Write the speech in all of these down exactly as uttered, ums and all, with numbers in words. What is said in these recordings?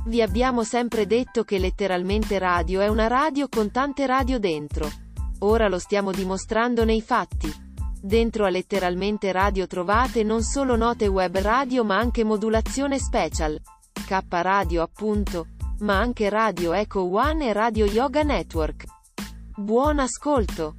Vi abbiamo sempre detto che Letteralmente Radio è una radio con tante radio dentro. Ora lo stiamo dimostrando nei fatti. Dentro a Letteralmente Radio trovate non solo note web radio ma anche modulazione special. K Radio appunto. Ma anche Radio Echo One e Radio Yoga Network. Buon ascolto!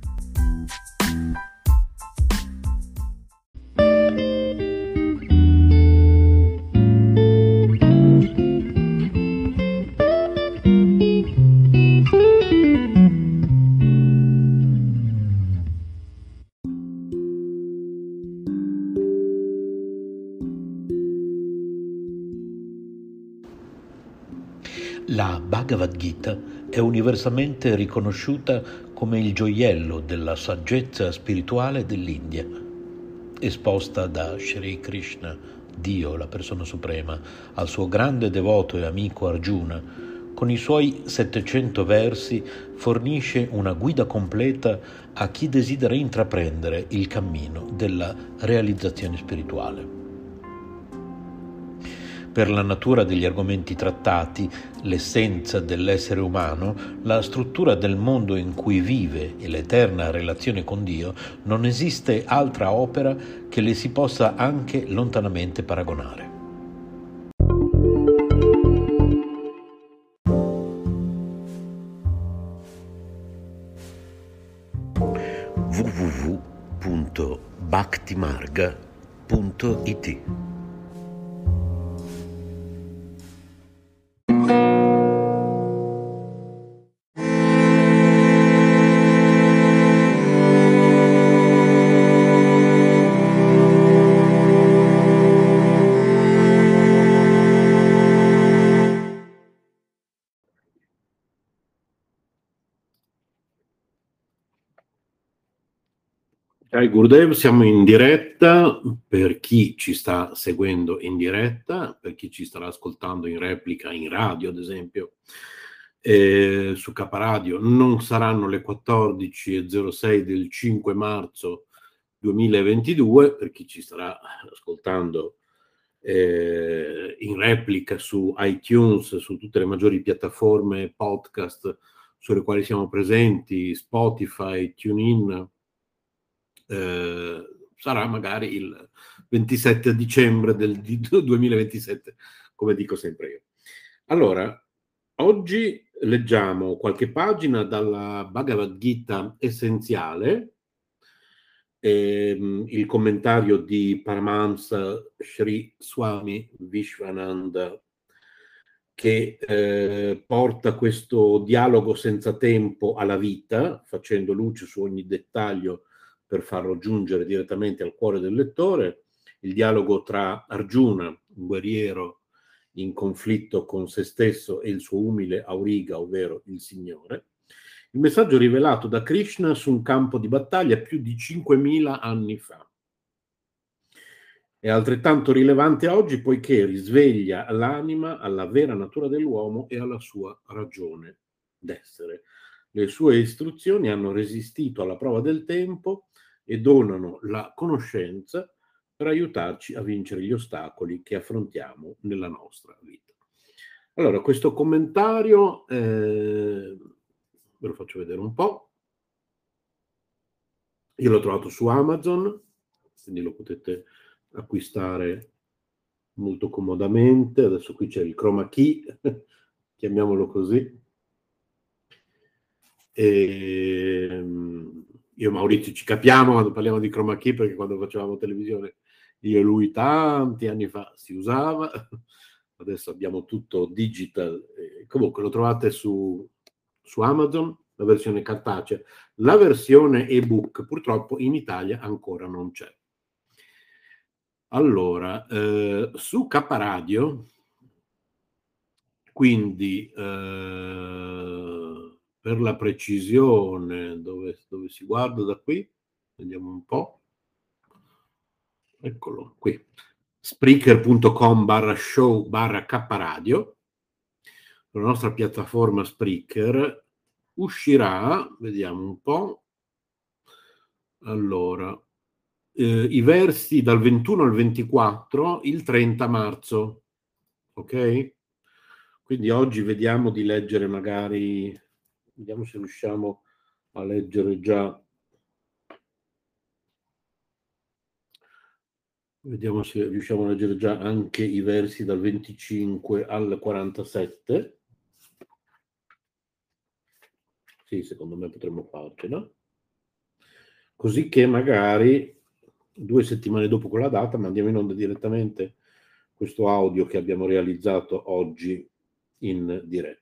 La Bhagavad Gita è universalmente riconosciuta come il gioiello della saggezza spirituale dell'India. Esposta da Shri Krishna, Dio, la persona suprema, al suo grande devoto e amico Arjuna, con i suoi settecento versi fornisce una guida completa a chi desidera intraprendere il cammino della realizzazione spirituale. Per la natura degli argomenti trattati, l'essenza dell'essere umano, la struttura del mondo in cui vive e l'eterna relazione con Dio, non esiste altra opera che le si possa anche lontanamente paragonare. w w w punto bhaktimarga punto i t Jai Gurudev, siamo in diretta per chi ci sta seguendo in diretta, per chi ci starà ascoltando in replica, in radio ad esempio, eh, su K Radio. Non saranno le quattordici e zero sei del cinque marzo duemilaventidue, per chi ci starà ascoltando eh, in replica su iTunes, su tutte le maggiori piattaforme podcast sulle quali siamo presenti, Spotify, TuneIn. Eh, sarà magari il ventisette dicembre del duemilaventisette, come dico sempre io. Allora, oggi leggiamo qualche pagina dalla Bhagavad Gita essenziale, ehm, il commentario di Paramahamsa Sri Swami Vishwananda, che eh, porta questo dialogo senza tempo alla vita, facendo luce su ogni dettaglio per farlo giungere direttamente al cuore del lettore, il dialogo tra Arjuna, un guerriero in conflitto con se stesso, e il suo umile auriga, ovvero il Signore, il messaggio rivelato da Krishna su un campo di battaglia più di cinquemila anni fa. È altrettanto rilevante oggi poiché risveglia l'anima alla vera natura dell'uomo e alla sua ragione d'essere. Le sue istruzioni hanno resistito alla prova del tempo e donano la conoscenza per aiutarci a vincere gli ostacoli che affrontiamo nella nostra vita. Allora, questo commentario eh, ve lo faccio vedere un po'. Io l'ho trovato su Amazon, quindi lo potete acquistare molto comodamente. Adesso qui c'è il chroma key, chiamiamolo così. E io e Maurizio ci capiamo quando parliamo di chroma key, perché quando facevamo televisione io e lui tanti anni fa si usava, adesso abbiamo tutto digital. E comunque lo trovate su, su Amazon, la versione cartacea. La versione ebook purtroppo in Italia ancora non c'è. Allora, eh, su K Radio, quindi eh, per la precisione, dove, dove si guarda da qui, vediamo un po', eccolo qui, spreaker.com barra show barra K Radio, la nostra piattaforma Spreaker, uscirà, vediamo un po', allora, eh, i versi dal ventuno al ventiquattro il trenta marzo, ok? Quindi oggi vediamo di leggere magari, vediamo se riusciamo a leggere già, vediamo se riusciamo a leggere già anche i versi dal venticinque al quarantasette. Sì, secondo me potremmo farcela. Così che magari due settimane dopo quella data mandiamo in onda direttamente questo audio che abbiamo realizzato oggi in diretta.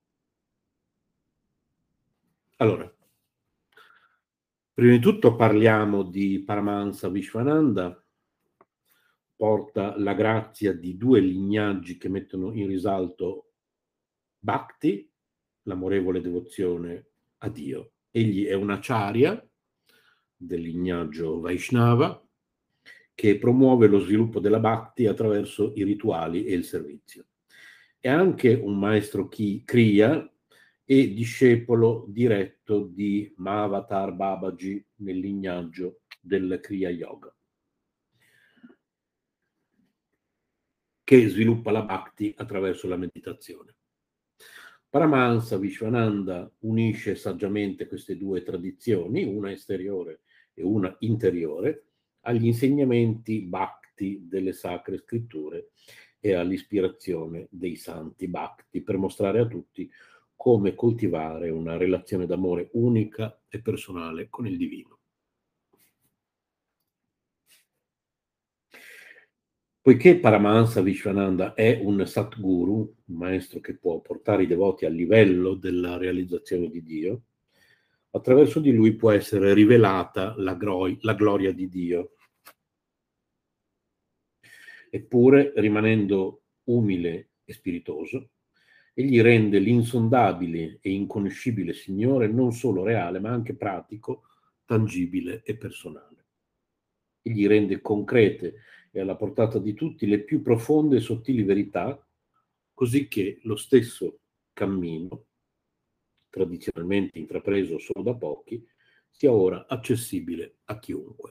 Allora, prima di tutto parliamo di Paramahansa Vishwananda, porta la grazia di due lignaggi che mettono in risalto Bhakti, l'amorevole devozione a Dio. Egli è un acharya del lignaggio Vaishnava che promuove lo sviluppo della Bhakti attraverso i rituali e il servizio. È anche un maestro Kriya e discepolo diretto di Mahavatar Babaji nel lignaggio del Kriya Yoga, che sviluppa la Bhakti attraverso la meditazione. Paramahansa Vishwananda unisce saggiamente queste due tradizioni, una esteriore e una interiore, agli insegnamenti Bhakti delle sacre scritture e all'ispirazione dei santi Bhakti, per mostrare a tutti come coltivare una relazione d'amore unica e personale con il divino. Poiché Paramahansa Vishwananda è un Satguru, un maestro che può portare i devoti al livello della realizzazione di Dio, attraverso di lui può essere rivelata la, gro- la gloria di Dio. Eppure, rimanendo umile e spiritoso, egli rende l'insondabile e inconoscibile Signore non solo reale, ma anche pratico, tangibile e personale. Egli rende concrete e alla portata di tutti le più profonde e sottili verità, così che lo stesso cammino, tradizionalmente intrapreso solo da pochi, sia ora accessibile a chiunque.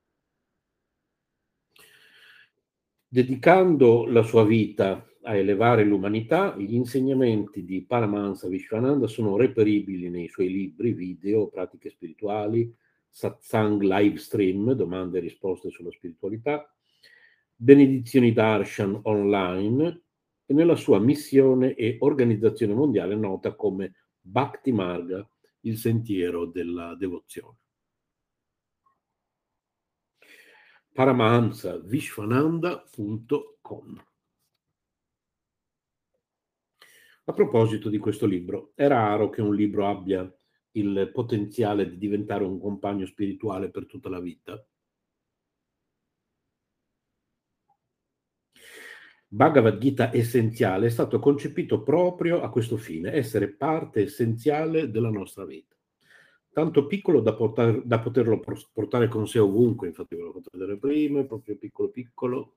Dedicando la sua vita a elevare l'umanità, gli insegnamenti di Paramahansa Vishwananda sono reperibili nei suoi libri, video, pratiche spirituali, satsang live stream, domande e risposte sulla spiritualità, benedizioni darshan online e nella sua missione e organizzazione mondiale nota come Bhakti Marga, il sentiero della devozione. paramahansa vishwananda punto com. A proposito di questo libro, è raro che un libro abbia il potenziale di diventare un compagno spirituale per tutta la vita. Bhagavad Gita essenziale è stato concepito proprio a questo fine, essere parte essenziale della nostra vita. Tanto piccolo da, portar, da poterlo portare con sé ovunque, infatti ve l'ho fatto vedere prima, è proprio piccolo piccolo,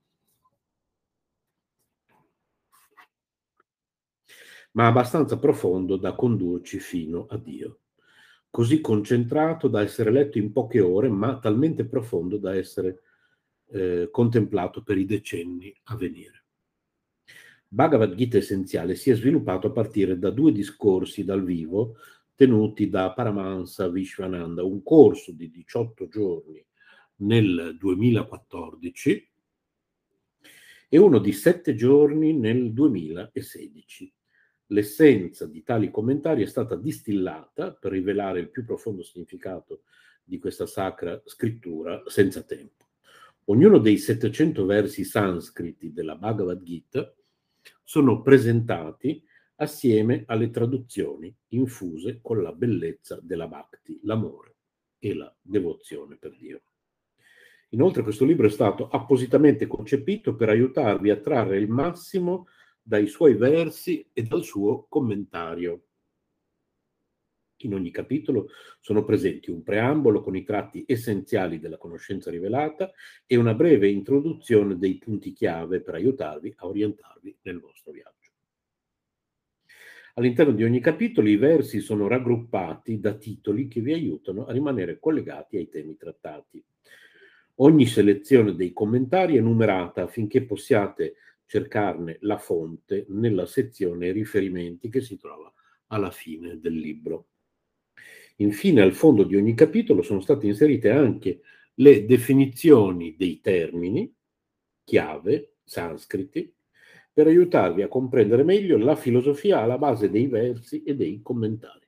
ma abbastanza profondo da condurci fino a Dio. Così concentrato da essere letto in poche ore, ma talmente profondo da essere eh, contemplato per i decenni a venire. Bhagavad Gita essenziale si è sviluppato a partire da due discorsi dal vivo tenuti da Paramahansa Vishwananda, un corso di diciotto giorni nel duemilaquattordici e uno di sette giorni nel duemilasedici. L'essenza di tali commentari è stata distillata per rivelare il più profondo significato di questa sacra scrittura senza tempo. Ognuno dei settecento versi sanscriti della Bhagavad Gita sono presentati assieme alle traduzioni infuse con la bellezza della Bhakti, l'amore e la devozione per Dio. Inoltre questo libro è stato appositamente concepito per aiutarvi a trarre il massimo dai suoi versi e dal suo commentario. In ogni capitolo sono presenti un preambolo con i tratti essenziali della conoscenza rivelata e una breve introduzione dei punti chiave per aiutarvi a orientarvi nel vostro viaggio. All'interno di ogni capitolo i versi sono raggruppati da titoli che vi aiutano a rimanere collegati ai temi trattati. Ogni selezione dei commentari è numerata affinché possiate cercarne la fonte nella sezione riferimenti che si trova alla fine del libro. Infine, al fondo di ogni capitolo sono state inserite anche le definizioni dei termini, chiave, sanscriti, per aiutarvi a comprendere meglio la filosofia alla base dei versi e dei commentari.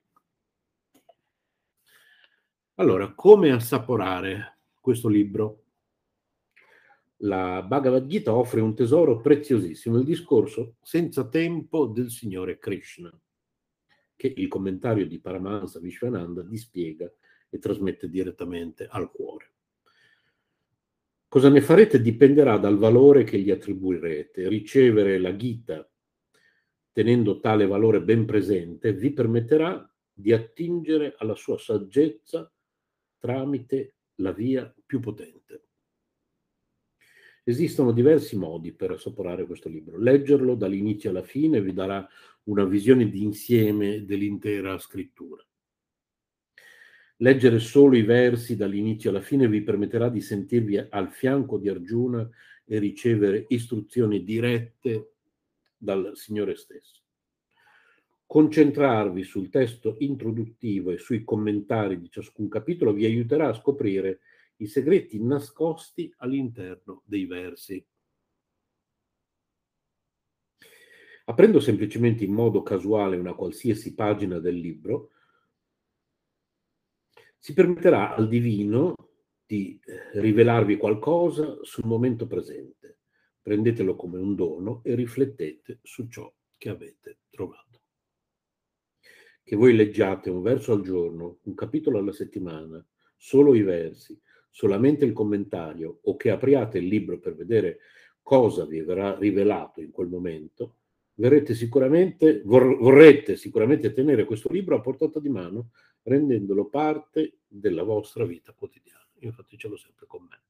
Allora, come assaporare questo libro? La Bhagavad Gita offre un tesoro preziosissimo, il discorso senza tempo del Signore Krishna, che il commentario di Paramahansa Vishwananda dispiega e trasmette direttamente al cuore. Cosa ne farete dipenderà dal valore che gli attribuirete. Ricevere la Gita tenendo tale valore ben presente vi permetterà di attingere alla sua saggezza tramite la via più potente. Esistono diversi modi per assaporare questo libro. Leggerlo dall'inizio alla fine vi darà una visione d'insieme dell'intera scrittura. Leggere solo i versi dall'inizio alla fine vi permetterà di sentirvi al fianco di Arjuna e ricevere istruzioni dirette dal Signore stesso. Concentrarvi sul testo introduttivo e sui commentari di ciascun capitolo vi aiuterà a scoprire i segreti nascosti all'interno dei versi. Aprendo semplicemente in modo casuale una qualsiasi pagina del libro, si permetterà al divino di rivelarvi qualcosa sul momento presente. Prendetelo come un dono e riflettete su ciò che avete trovato. Che voi leggiate un verso al giorno, un capitolo alla settimana, solo i versi, solamente il commentario, o che apriate il libro per vedere cosa vi verrà rivelato in quel momento, verrete sicuramente, vor, vorrete sicuramente tenere questo libro a portata di mano, rendendolo parte della vostra vita quotidiana. Io infatti ce l'ho sempre con me.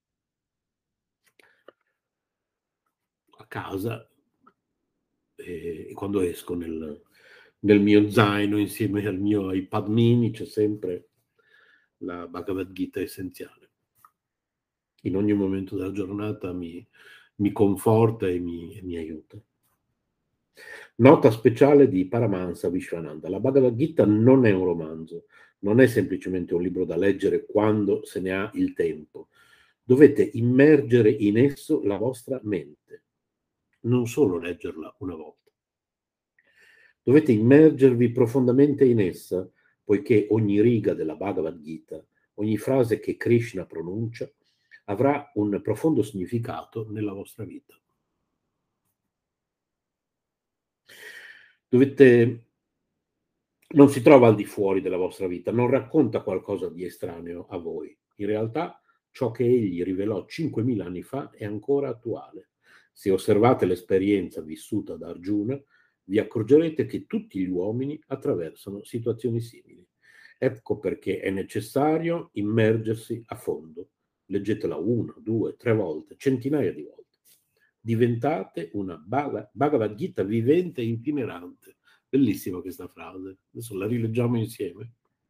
A casa, e, e quando esco nel, nel mio zaino insieme al mio iPad mini c'è sempre la Bhagavad Gita essenziale. In ogni momento della giornata mi, mi conforta e mi, e mi aiuta. Nota speciale di Paramahansa Vishwananda. La Bhagavad Gita non è un romanzo, non è semplicemente un libro da leggere quando se ne ha il tempo. Dovete immergere in esso la vostra mente, non solo leggerla una volta. Dovete immergervi profondamente in essa, poiché ogni riga della Bhagavad Gita, ogni frase che Krishna pronuncia, avrà un profondo significato nella vostra vita. Dovete... Non si trova al di fuori della vostra vita, non racconta qualcosa di estraneo a voi. In realtà, ciò che egli rivelò cinquemila anni fa è ancora attuale. Se osservate l'esperienza vissuta da Arjuna, vi accorgerete che tutti gli uomini attraversano situazioni simili. Ecco perché è necessario immergersi a fondo. Leggetela una, due, tre volte, centinaia di volte. Diventate una Bhagavad Gita vivente e itinerante. Bellissima questa frase. Adesso la rileggiamo insieme.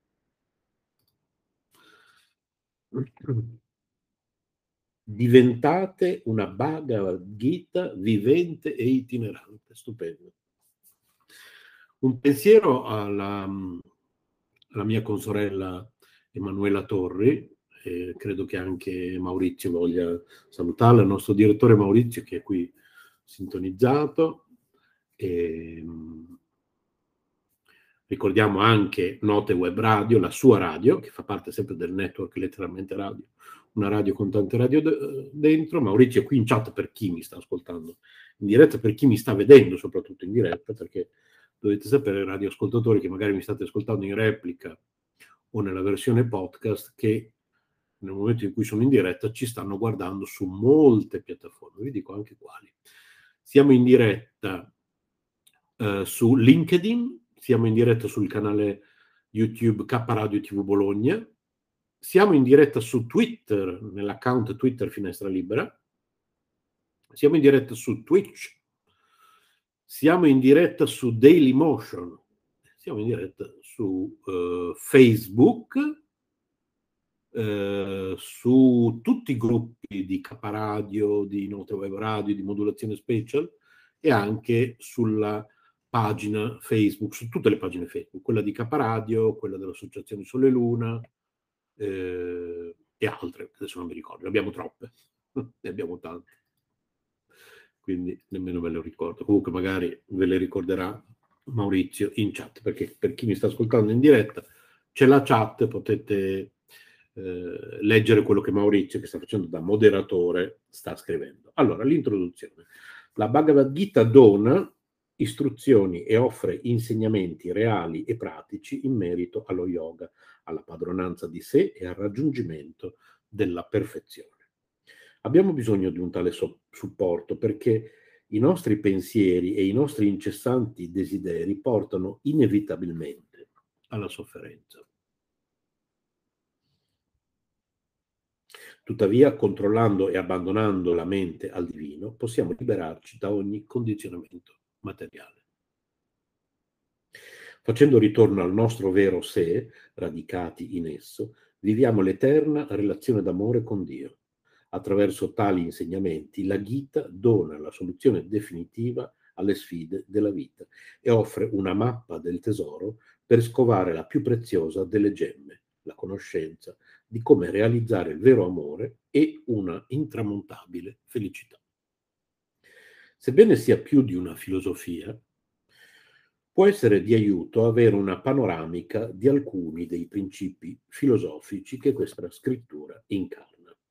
Diventate una Bhagavad Gita vivente e itinerante. Stupendo. Un pensiero alla, alla mia consorella Emanuela Torri, e credo che anche Maurizio voglia salutarla, il nostro direttore Maurizio che è qui sintonizzato. E ricordiamo anche Note Web Radio, la sua radio, che fa parte sempre del network Letteralmente Radio, una radio con tante radio de- dentro. Maurizio è qui in chat per chi mi sta ascoltando in diretta, per chi mi sta vedendo soprattutto in diretta, perché dovete sapere, radioascoltatori, che magari mi state ascoltando in replica o nella versione podcast, che nel momento in cui sono in diretta ci stanno guardando su molte piattaforme, vi dico anche quali. Siamo in diretta uh, su LinkedIn, siamo in diretta sul canale YouTube K Radio T V Bologna, siamo in diretta su Twitter, nell'account Twitter Finestra Libera, siamo in diretta su Twitch, siamo in diretta su Dailymotion, siamo in diretta su uh, Facebook, uh, su tutti i gruppi di K Radio, di Note Web Radio, di Modulazione Special, e anche sulla pagina Facebook, su tutte le pagine Facebook, quella di Caparadio, quella dell'Associazione Sole e Luna eh, e altre, adesso non mi ricordo, ne abbiamo troppe, ne abbiamo tante, quindi nemmeno me le ricordo. Comunque magari ve le ricorderà Maurizio in chat, perché per chi mi sta ascoltando in diretta c'è la chat, potete eh, leggere quello che Maurizio, che sta facendo da moderatore, sta scrivendo. Allora, l'introduzione. La Bhagavad Gita dona istruzioni e offre insegnamenti reali e pratici in merito allo yoga, alla padronanza di sé e al raggiungimento della perfezione. Abbiamo bisogno di un tale so- supporto perché i nostri pensieri e i nostri incessanti desideri portano inevitabilmente alla sofferenza. Tuttavia, controllando e abbandonando la mente al divino, possiamo liberarci da ogni condizionamento materiale. Facendo ritorno al nostro vero sé, radicati in esso, viviamo l'eterna relazione d'amore con Dio. Attraverso tali insegnamenti, la Gita dona la soluzione definitiva alle sfide della vita e offre una mappa del tesoro per scovare la più preziosa delle gemme, la conoscenza di come realizzare il vero amore e una intramontabile felicità. Sebbene sia più di una filosofia, può essere di aiuto avere una panoramica di alcuni dei principi filosofici che questa scrittura incarna.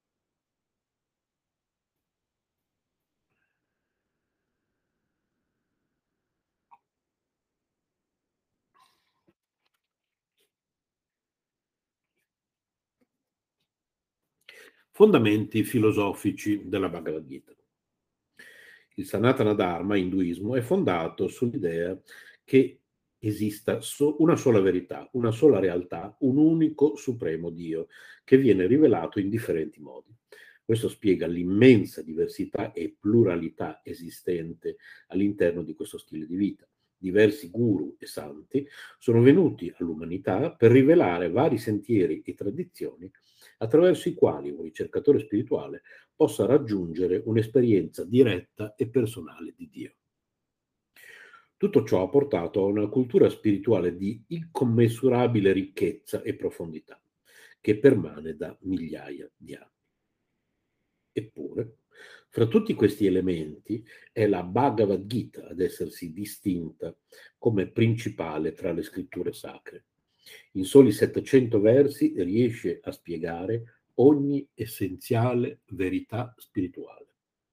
Fondamenti filosofici della Bhagavad Gita. Il Sanatana Dharma, induismo, è fondato sull'idea che esista so- una sola verità, una sola realtà, un unico supremo Dio, che viene rivelato in differenti modi. Questo spiega l'immensa diversità e pluralità esistente all'interno di questo stile di vita. Diversi guru e santi sono venuti all'umanità per rivelare vari sentieri e tradizioni attraverso i quali un ricercatore spirituale possa raggiungere un'esperienza diretta e personale di Dio. Tutto ciò ha portato a una cultura spirituale di incommensurabile ricchezza e profondità, che permane da migliaia di anni. Eppure, fra tutti questi elementi è la Bhagavad Gita ad essersi distinta come principale tra le scritture sacre. In soli settecento versi riesce a spiegare ogni essenziale verità spirituale.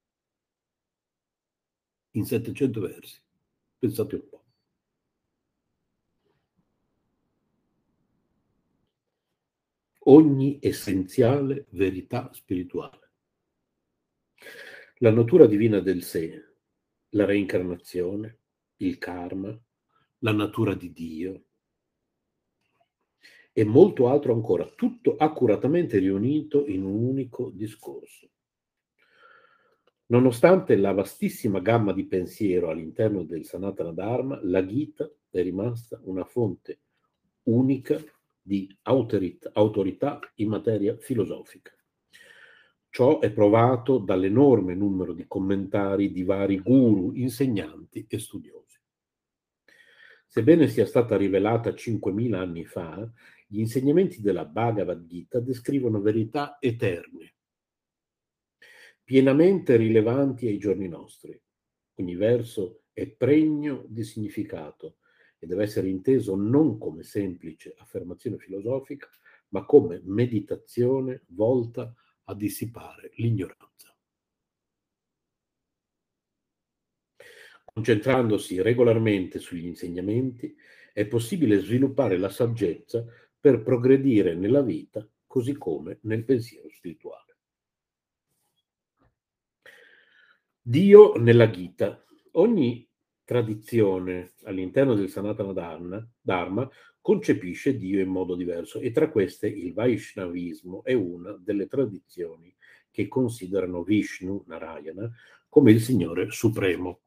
In settecento versi. Pensate un po'. Ogni essenziale verità spirituale. La natura divina del sé, la reincarnazione, il karma, la natura di Dio e molto altro ancora, tutto accuratamente riunito in un unico discorso. Nonostante la vastissima gamma di pensiero all'interno del Sanatana Dharma, la Gita è rimasta una fonte unica di autorità, autorità in materia filosofica. Ciò è provato dall'enorme numero di commentari di vari guru, insegnanti e studiosi. Sebbene sia stata rivelata cinquemila anni fa, gli insegnamenti della Bhagavad Gita descrivono verità eterne, pienamente rilevanti ai giorni nostri. Ogni verso è pregno di significato e deve essere inteso non come semplice affermazione filosofica, ma come meditazione volta a dissipare l'ignoranza. Concentrandosi regolarmente sugli insegnamenti, è possibile sviluppare la saggezza per progredire nella vita, così come nel pensiero spirituale. Dio nella Gita. Ogni tradizione all'interno del Sanatana Dharma, Dharma concepisce Dio in modo diverso e tra queste il Vaishnavismo è una delle tradizioni che considerano Vishnu Narayana come il Signore Supremo.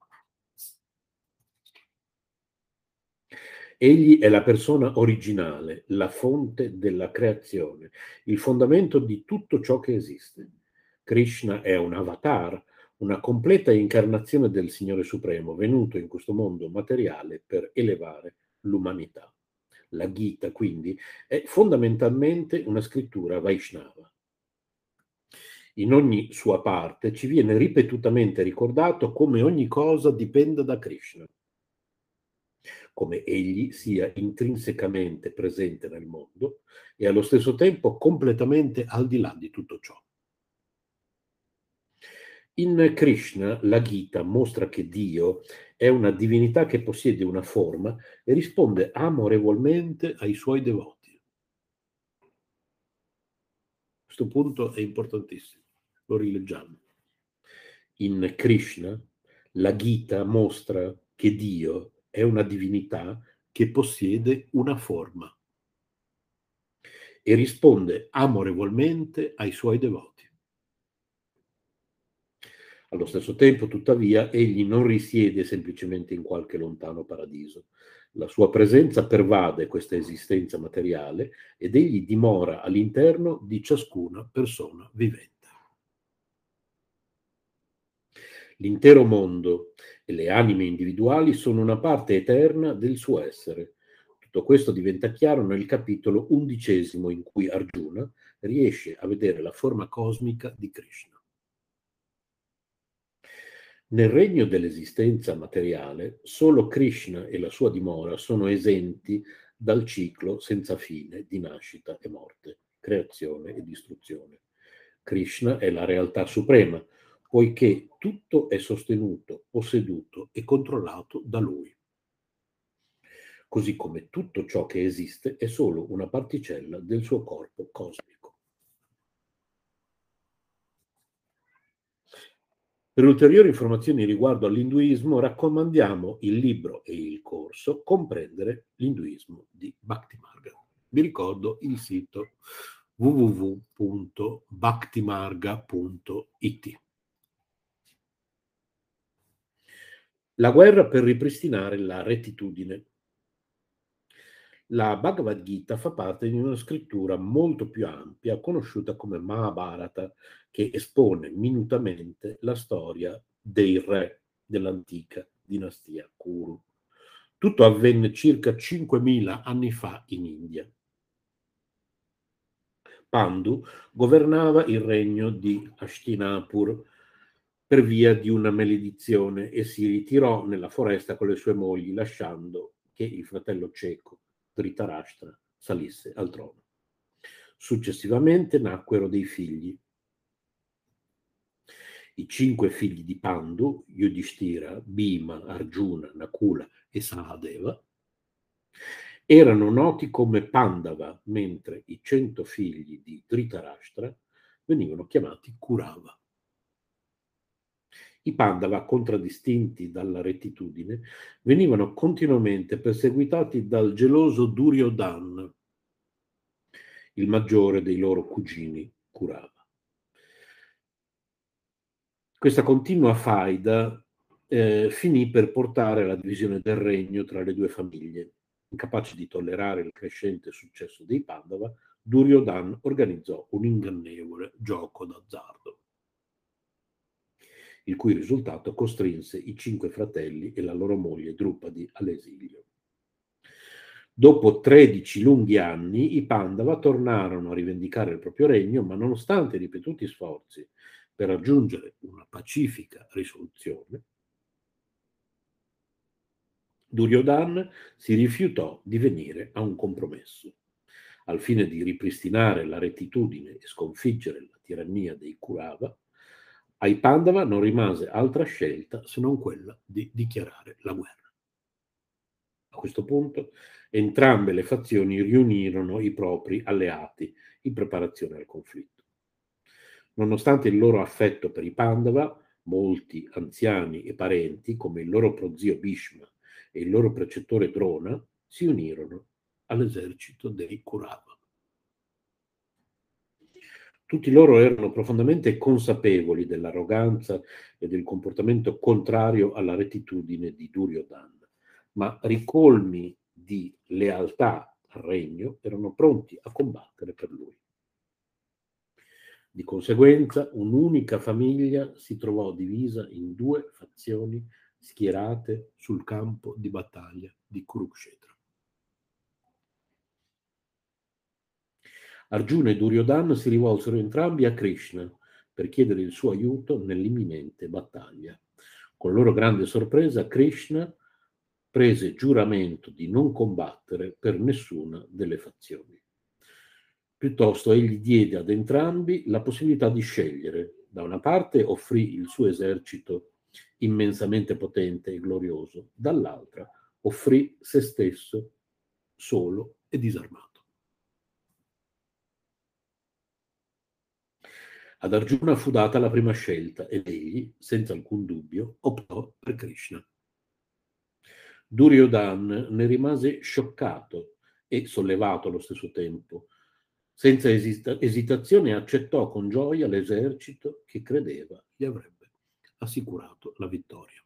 Egli è la persona originale, la fonte della creazione, il fondamento di tutto ciò che esiste. Krishna è un avatar, una completa incarnazione del Signore Supremo, venuto in questo mondo materiale per elevare l'umanità. La Gita, quindi, è fondamentalmente una scrittura Vaishnava. In ogni sua parte ci viene ripetutamente ricordato come ogni cosa dipenda da Krishna, come egli sia intrinsecamente presente nel mondo e allo stesso tempo completamente al di là di tutto ciò. In Krishna, la Gita mostra che Dio è una divinità che possiede una forma e risponde amorevolmente ai suoi devoti. Questo punto è importantissimo, lo rileggiamo. In Krishna, la Gita mostra che Dio è una divinità che possiede una forma e risponde amorevolmente ai suoi devoti. Allo stesso tempo, tuttavia, egli non risiede semplicemente in qualche lontano paradiso. La sua presenza pervade questa esistenza materiale ed egli dimora all'interno di ciascuna persona vivente. L'intero mondo e le anime individuali sono una parte eterna del suo essere. Tutto questo diventa chiaro nel capitolo undicesimo in cui Arjuna riesce a vedere la forma cosmica di Krishna. Nel regno dell'esistenza materiale, solo Krishna e la sua dimora sono esenti dal ciclo senza fine di nascita e morte, creazione e distruzione. Krishna è la realtà suprema, poiché tutto è sostenuto, posseduto e controllato da lui. Così come tutto ciò che esiste è solo una particella del suo corpo cosmico. Per ulteriori informazioni riguardo all'induismo, raccomandiamo il libro e il corso Comprendere l'induismo di Bhaktimarga. Vi ricordo il sito w w w punto bhaktimarga punto i t. La guerra per ripristinare la rettitudine. La Bhagavad Gita fa parte di una scrittura molto più ampia, conosciuta come Mahabharata, che espone minutamente la storia dei re dell'antica dinastia Kuru. Tutto avvenne circa cinquemila anni fa in India. Pandu governava il regno di Hastinapur per via di una maledizione e si ritirò nella foresta con le sue mogli, lasciando che il fratello cieco Dhritarashtra salisse al trono. Successivamente nacquero dei figli. I cinque figli di Pandu, Yudhishthira, Bhima, Arjuna, Nakula e Sahadeva, erano noti come Pandava, mentre i cento figli di Dhritarashtra venivano chiamati Kurava. I Pandava, contraddistinti dalla rettitudine, venivano continuamente perseguitati dal geloso Duryodhana, il maggiore dei loro cugini Kurava. Questa continua faida eh, finì per portare alla divisione del regno tra le due famiglie. Incapace di tollerare il crescente successo dei Pandava, Duryodhana organizzò un ingannevole gioco d'azzardo, il cui risultato costrinse i cinque fratelli e la loro moglie Drupadi all'esilio. Dopo tredici lunghi anni, i Pandava tornarono a rivendicare il proprio regno, ma nonostante i ripetuti sforzi per raggiungere una pacifica risoluzione, Duryodhana si rifiutò di venire a un compromesso. Al fine di ripristinare la rettitudine e sconfiggere la tirannia dei Kurava, ai Pandava non rimase altra scelta se non quella di dichiarare la guerra. A questo punto entrambe le fazioni riunirono i propri alleati in preparazione al conflitto. Nonostante il loro affetto per i Pandava, molti anziani e parenti, come il loro prozio Bhishma e il loro precettore Drona, si unirono all'esercito dei Kurava. Tutti loro erano profondamente consapevoli dell'arroganza e del comportamento contrario alla rettitudine di Duryodhana, ma ricolmi di lealtà al regno erano pronti a combattere per lui. Di conseguenza, un'unica famiglia si trovò divisa in due fazioni schierate sul campo di battaglia di Kurukshetra. Arjuna e Duryodhana si rivolsero entrambi a Krishna per chiedere il suo aiuto nell'imminente battaglia. Con loro grande sorpresa, Krishna prese giuramento di non combattere per nessuna delle fazioni. Piuttosto egli diede ad entrambi la possibilità di scegliere. Da una parte offrì il suo esercito immensamente potente e glorioso, dall'altra offrì se stesso solo e disarmato. Ad Arjuna fu data la prima scelta ed egli, senza alcun dubbio, optò per Krishna. Duryodhana ne rimase scioccato e sollevato allo stesso tempo. Senza esita- esitazione accettò con gioia l'esercito che credeva gli avrebbe assicurato la vittoria.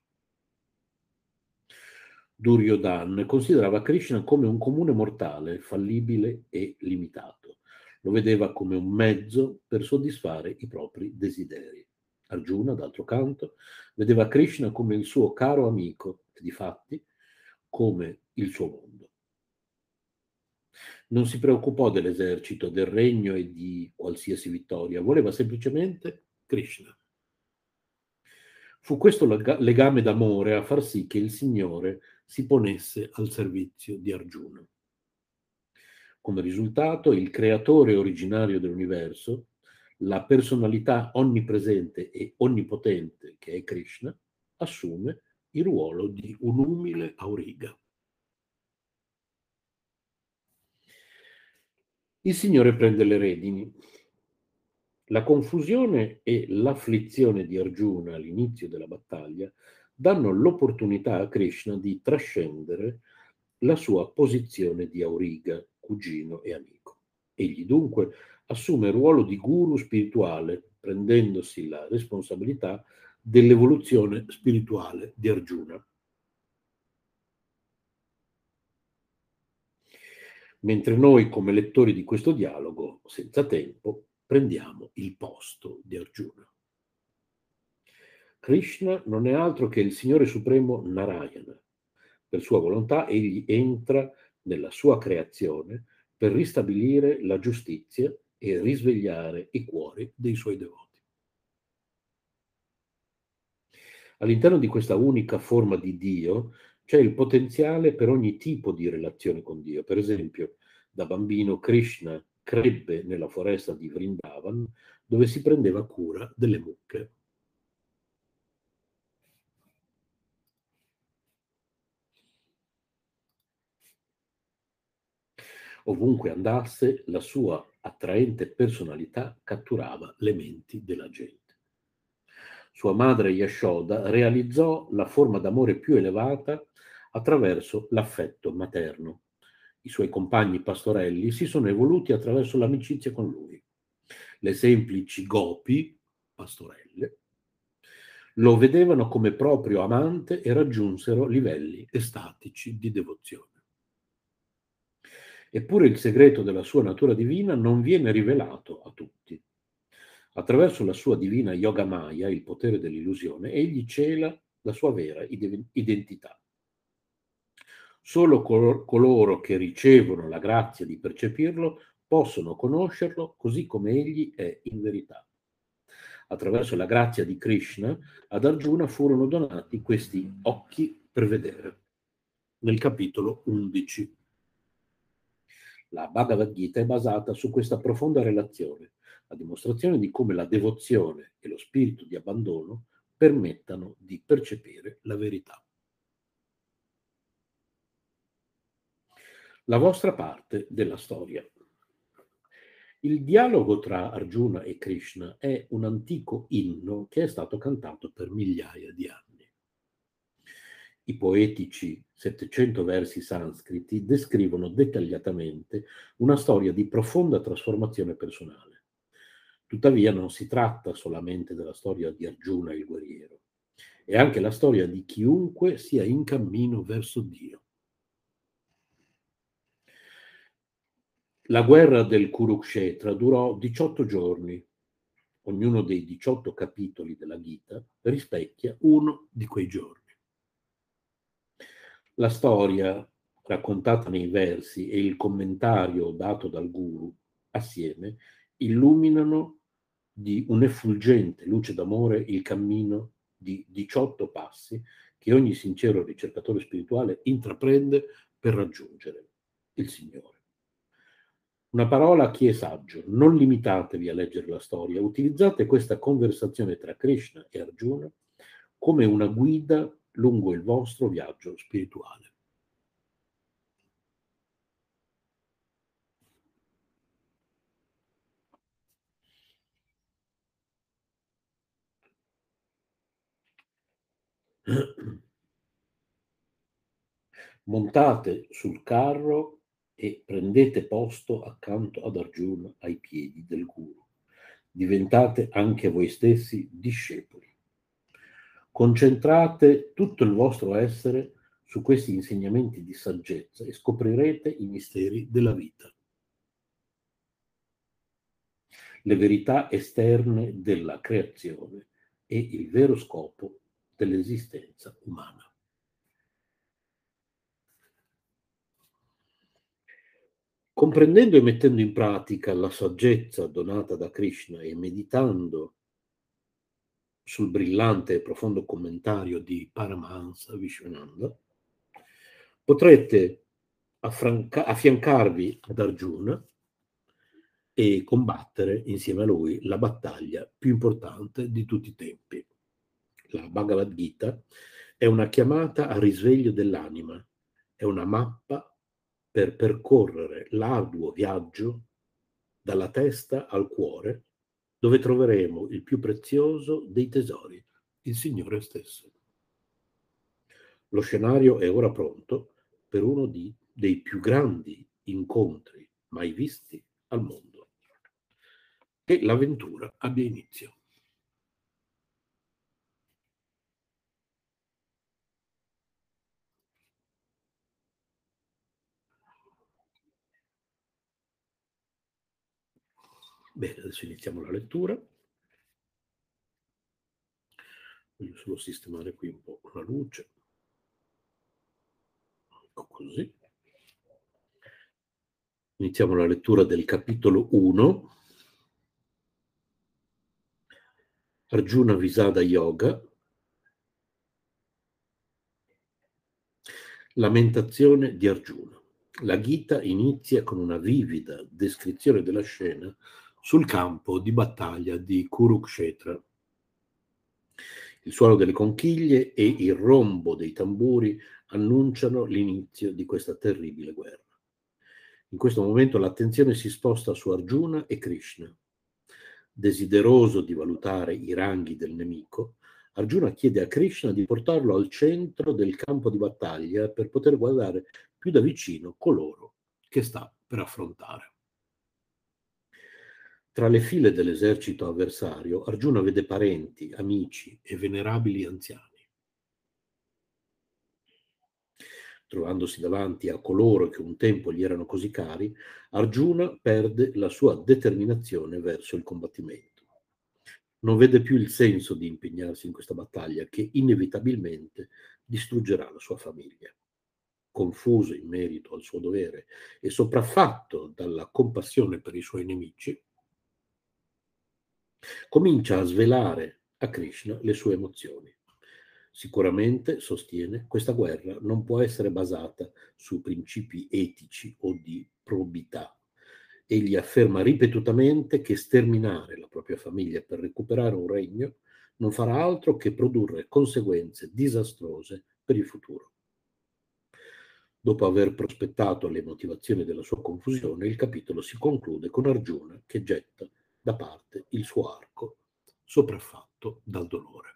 Duryodhana considerava Krishna come un comune mortale, fallibile e limitato. Lo vedeva come un mezzo per soddisfare i propri desideri. Arjuna, d'altro canto, vedeva Krishna come il suo caro amico e difatti come il suo mondo. Non si preoccupò dell'esercito, del regno e di qualsiasi vittoria, voleva semplicemente Krishna. Fu questo legame d'amore a far sì che il Signore si ponesse al servizio di Arjuna. Come risultato, il creatore originario dell'universo, la personalità onnipresente e onnipotente che è Krishna, assume il ruolo di un umile auriga. Il Signore prende le redini. La confusione e l'afflizione di Arjuna all'inizio della battaglia danno l'opportunità a Krishna di trascendere la sua posizione di auriga, cugino e amico. Egli dunque assume il ruolo di guru spirituale, prendendosi la responsabilità dell'evoluzione spirituale di Arjuna. Mentre noi, come lettori di questo dialogo, senza tempo, prendiamo il posto di Arjuna. Krishna non è altro che il Signore Supremo Narayana. Per sua volontà egli entra nella sua creazione per ristabilire la giustizia e risvegliare i cuori dei suoi devoti. All'interno di questa unica forma di Dio c'è il potenziale per ogni tipo di relazione con Dio. Per esempio, da bambino Krishna crebbe nella foresta di Vrindavan, dove si prendeva cura delle mucche. Ovunque andasse, la sua attraente personalità catturava le menti della gente. Sua madre Yashoda realizzò la forma d'amore più elevata attraverso l'affetto materno. I suoi compagni pastorelli si sono evoluti attraverso l'amicizia con lui. Le semplici gopi, pastorelle, lo vedevano come proprio amante e raggiunsero livelli estatici di devozione. Eppure il segreto della sua natura divina non viene rivelato a tutti. Attraverso la sua divina Yoga Maya, il potere dell'illusione, egli cela la sua vera identità. Solo col- coloro che ricevono la grazia di percepirlo possono conoscerlo così come egli è in verità. Attraverso la grazia di Krishna, ad Arjuna furono donati questi occhi per vedere. Nel capitolo undici. La Bhagavad Gita è basata su questa profonda relazione, a dimostrazione di come la devozione e lo spirito di abbandono permettano di percepire la verità. La vostra parte della storia. Il dialogo tra Arjuna e Krishna è un antico inno che è stato cantato per migliaia di anni. I poetici settecento versi sanscriti descrivono dettagliatamente una storia di profonda trasformazione personale. Tuttavia non si tratta solamente della storia di Arjuna il guerriero, è anche la storia di chiunque sia in cammino verso Dio. La guerra del Kurukshetra durò diciotto giorni. ognuno dei diciotto capitoli della Gita rispecchia uno di quei giorni. La storia raccontata nei versi e il commentario dato dal guru assieme illuminano di un'effulgente luce d'amore il cammino di diciotto passi che ogni sincero ricercatore spirituale intraprende per raggiungere il Signore. Una parola a chi è saggio: non limitatevi a leggere la storia, utilizzate questa conversazione tra Krishna e Arjuna come una guida lungo il vostro viaggio spirituale. Montate sul carro e prendete posto accanto ad Arjuna ai piedi del guru. Diventate anche voi stessi discepoli. Concentrate tutto il vostro essere su questi insegnamenti di saggezza e scoprirete i misteri della vita, le verità esterne della creazione e il vero scopo dell'esistenza umana. Comprendendo e mettendo in pratica la saggezza donata da Krishna e meditando sul brillante e profondo commentario di Paramahansa Vishwananda, potrete affranca- affiancarvi ad Arjuna e combattere insieme a lui la battaglia più importante di tutti i tempi. La Bhagavad Gita è una chiamata al risveglio dell'anima, è una mappa per percorrere l'arduo viaggio dalla testa al cuore, dove troveremo il più prezioso dei tesori, il Signore stesso. Lo scenario è ora pronto per uno di, dei più grandi incontri mai visti al mondo. Che l'avventura abbia inizio. Bene, adesso iniziamo la lettura. Voglio solo sistemare qui un po' la luce. Ecco così. Iniziamo la lettura del capitolo uno. Arjuna Visada Yoga. Lamentazione di Arjuna. La Gita inizia con una vivida descrizione della scena sul campo di battaglia di Kurukshetra. Il suono delle conchiglie e il rombo dei tamburi annunciano l'inizio di questa terribile guerra. In questo momento l'attenzione si sposta su Arjuna e Krishna. Desideroso di valutare i ranghi del nemico, Arjuna chiede a Krishna di portarlo al centro del campo di battaglia per poter guardare più da vicino coloro che sta per affrontare. Tra le file dell'esercito avversario, Arjuna vede parenti, amici e venerabili anziani. Trovandosi davanti a coloro che un tempo gli erano così cari, Arjuna perde la sua determinazione verso il combattimento. Non vede più il senso di impegnarsi in questa battaglia che inevitabilmente distruggerà la sua famiglia. Confuso in merito al suo dovere e sopraffatto dalla compassione per i suoi nemici, comincia a svelare a Krishna le sue emozioni. Sicuramente, sostiene, questa guerra non può essere basata su principi etici o di probità. Egli afferma ripetutamente che sterminare la propria famiglia per recuperare un regno non farà altro che produrre conseguenze disastrose per il futuro. Dopo aver prospettato le motivazioni della sua confusione, il capitolo si conclude con Arjuna che getta da parte il suo arco, sopraffatto dal dolore.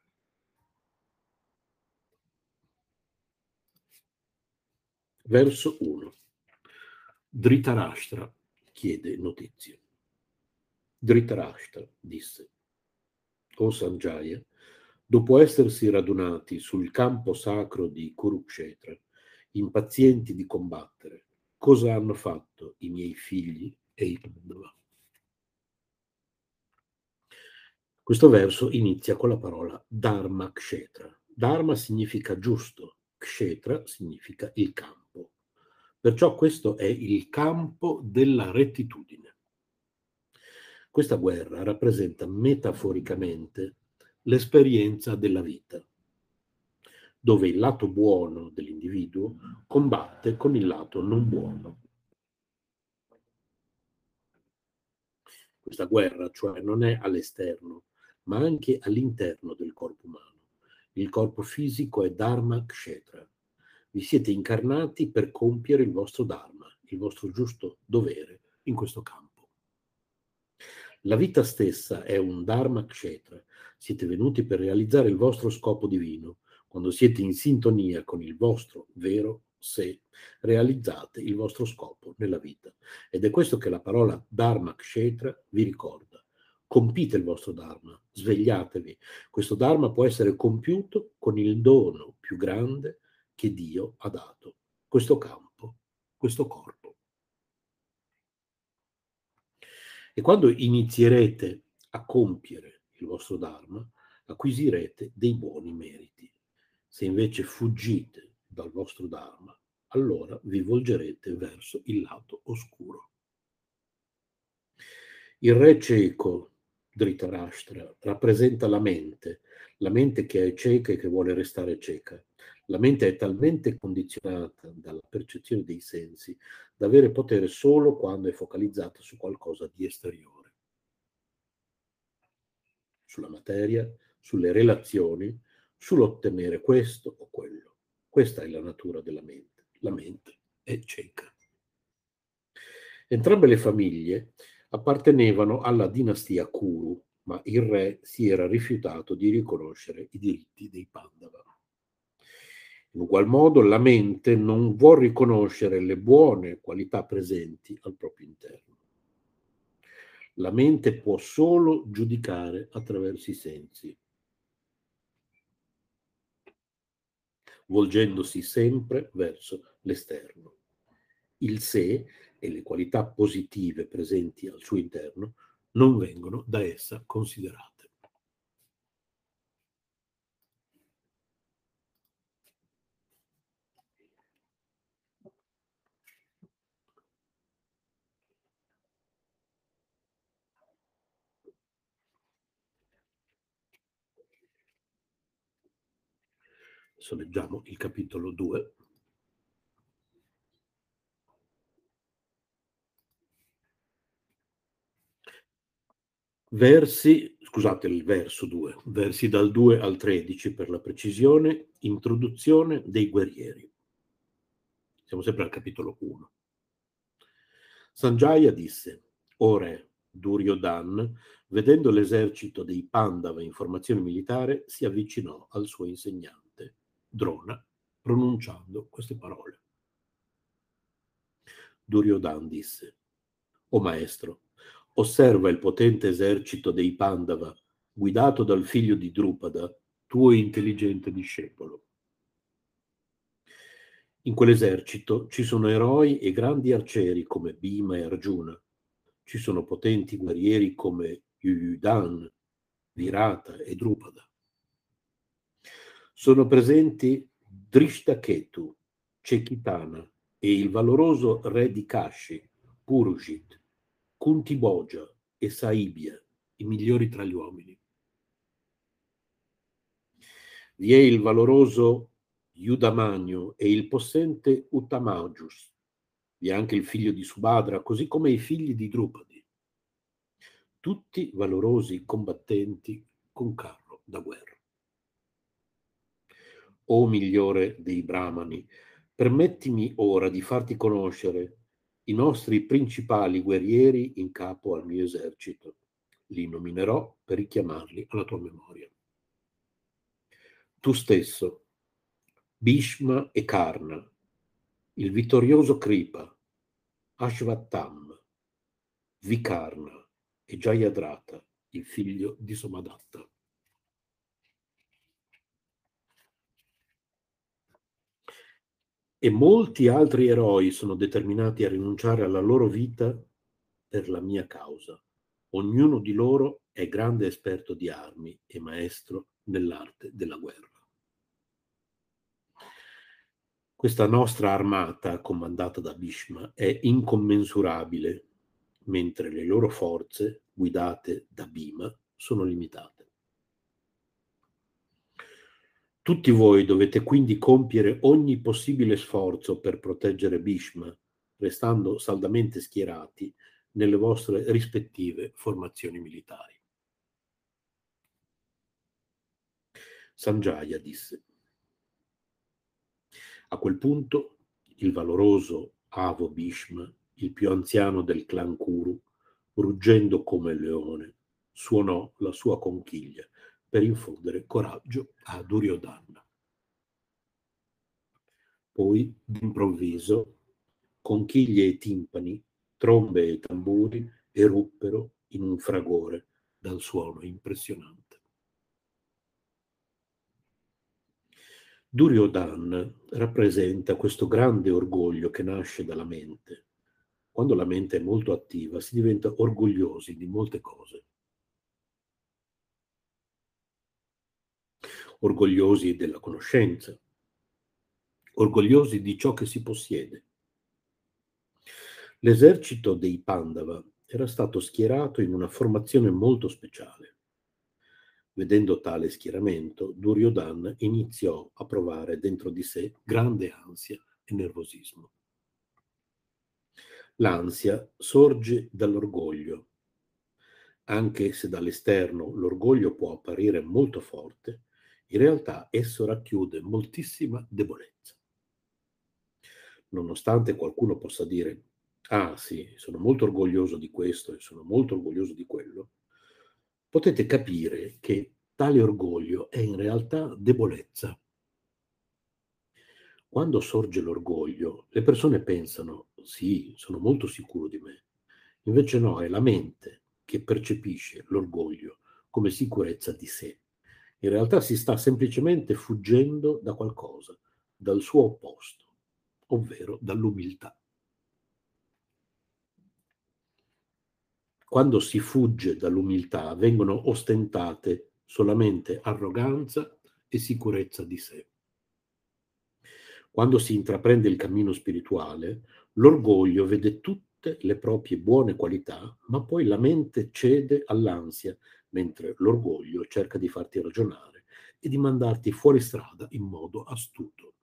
Verso uno. Dhritarashtra chiede notizie. Dhritarashtra disse: O Sanjaya, dopo essersi radunati sul campo sacro di Kurukshetra, impazienti di combattere, cosa hanno fatto i miei figli e i Pandava? Questo verso inizia con la parola Dharma Kshetra. Dharma significa giusto, Kshetra significa il campo. Perciò questo è il campo della rettitudine. Questa guerra rappresenta metaforicamente l'esperienza della vita, dove il lato buono dell'individuo combatte con il lato non buono. Questa guerra, cioè, non è all'esterno, ma anche all'interno del corpo umano. Il corpo fisico è Dharma Kshetra. Vi siete incarnati per compiere il vostro Dharma, il vostro giusto dovere in questo campo. La vita stessa è un Dharma Kshetra. Siete venuti per realizzare il vostro scopo divino. Quando siete in sintonia con il vostro vero sé, realizzate il vostro scopo nella vita. Ed è questo che la parola Dharma Kshetra vi ricorda. Compite il vostro Dharma, svegliatevi. Questo Dharma può essere compiuto con il dono più grande che Dio ha dato. Questo campo, questo corpo. E quando inizierete a compiere il vostro Dharma, acquisirete dei buoni meriti. Se invece fuggite dal vostro Dharma, allora vi volgerete verso il lato oscuro. Il re cieco, Dhritarashtra, rappresenta la mente, la mente che è cieca e che vuole restare cieca. La mente è talmente condizionata dalla percezione dei sensi da avere potere solo quando è focalizzata su qualcosa di esteriore, sulla materia, sulle relazioni, sull'ottenere questo o quello. Questa è la natura della mente. La mente è cieca. Entrambe le famiglie appartenevano alla dinastia Kuru, ma il re si era rifiutato di riconoscere i diritti dei Pandava. In ugual modo la mente non vuol riconoscere le buone qualità presenti al proprio interno. La mente può solo giudicare attraverso i sensi, volgendosi sempre verso l'esterno. Il sé e le qualità positive presenti al suo interno non vengono da essa considerate. Adesso leggiamo il capitolo due. Versi, scusate, il verso due, versi dal due al tredici per la precisione, introduzione dei guerrieri. Siamo sempre al capitolo uno. Sanjaya disse: O re, Duryodhan, vedendo l'esercito dei Pandava in formazione militare, si avvicinò al suo insegnante, Drona, pronunciando queste parole. Duryodhan disse: O maestro, osserva il potente esercito dei Pandava, guidato dal figlio di Drupada, tuo intelligente discepolo. In quell'esercito ci sono eroi e grandi arcieri come Bhima e Arjuna. Ci sono potenti guerrieri come Yuyudhan, Virata e Drupada. Sono presenti Drishtaketu, Cekitana e il valoroso re di Kashi, Purujit, Kuntiboja e Saibhya, i migliori tra gli uomini. Vi è il valoroso Yudamanyu e il possente Uttamagus. Vi è anche il figlio di Subhadra, così come i figli di Drupadi. Tutti valorosi combattenti con carro da guerra. O migliore dei Brahmani, permettimi ora di farti conoscere i nostri principali guerrieri in capo al mio esercito. Li nominerò per richiamarli alla tua memoria. Tu stesso, Bhishma e Karna, il vittorioso Kripa, Ashvatthama, Vikarna e Jayadratha, il figlio di Somadatta. E molti altri eroi sono determinati a rinunciare alla loro vita per la mia causa. Ognuno di loro è grande esperto di armi e maestro nell'arte della guerra. Questa nostra armata, comandata da Bhishma, è incommensurabile, mentre le loro forze, guidate da Bhima, sono limitate. Tutti voi dovete quindi compiere ogni possibile sforzo per proteggere Bhishma, restando saldamente schierati nelle vostre rispettive formazioni militari. Sanjaya disse. A quel punto il valoroso Avo Bhishma, il più anziano del clan Kuru, ruggendo come il leone, suonò la sua conchiglia per infondere coraggio a Duryodhana. Poi, d'improvviso, conchiglie e timpani, trombe e tamburi eruppero in un fragore dal suono impressionante. Duryodhana rappresenta questo grande orgoglio che nasce dalla mente. Quando la mente è molto attiva si diventa orgogliosi di molte cose. Orgogliosi della conoscenza, orgogliosi di ciò che si possiede. L'esercito dei Pandava era stato schierato in una formazione molto speciale. Vedendo tale schieramento, Duryodhana iniziò a provare dentro di sé grande ansia e nervosismo. L'ansia sorge dall'orgoglio. Anche se dall'esterno l'orgoglio può apparire molto forte, in realtà esso racchiude moltissima debolezza. Nonostante qualcuno possa dire: ah sì, sono molto orgoglioso di questo e sono molto orgoglioso di quello, potete capire che tale orgoglio è in realtà debolezza. Quando sorge l'orgoglio, le persone pensano: sì, sono molto sicuro di me. Invece no, è la mente che percepisce l'orgoglio come sicurezza di sé. In realtà si sta semplicemente fuggendo da qualcosa, dal suo opposto, ovvero dall'umiltà. Quando si fugge dall'umiltà vengono ostentate solamente arroganza e sicurezza di sé. Quando si intraprende il cammino spirituale, l'orgoglio vede tutte le proprie buone qualità, ma poi la mente cede all'ansia, mentre l'orgoglio cerca di farti ragionare e di mandarti fuori strada in modo astuto.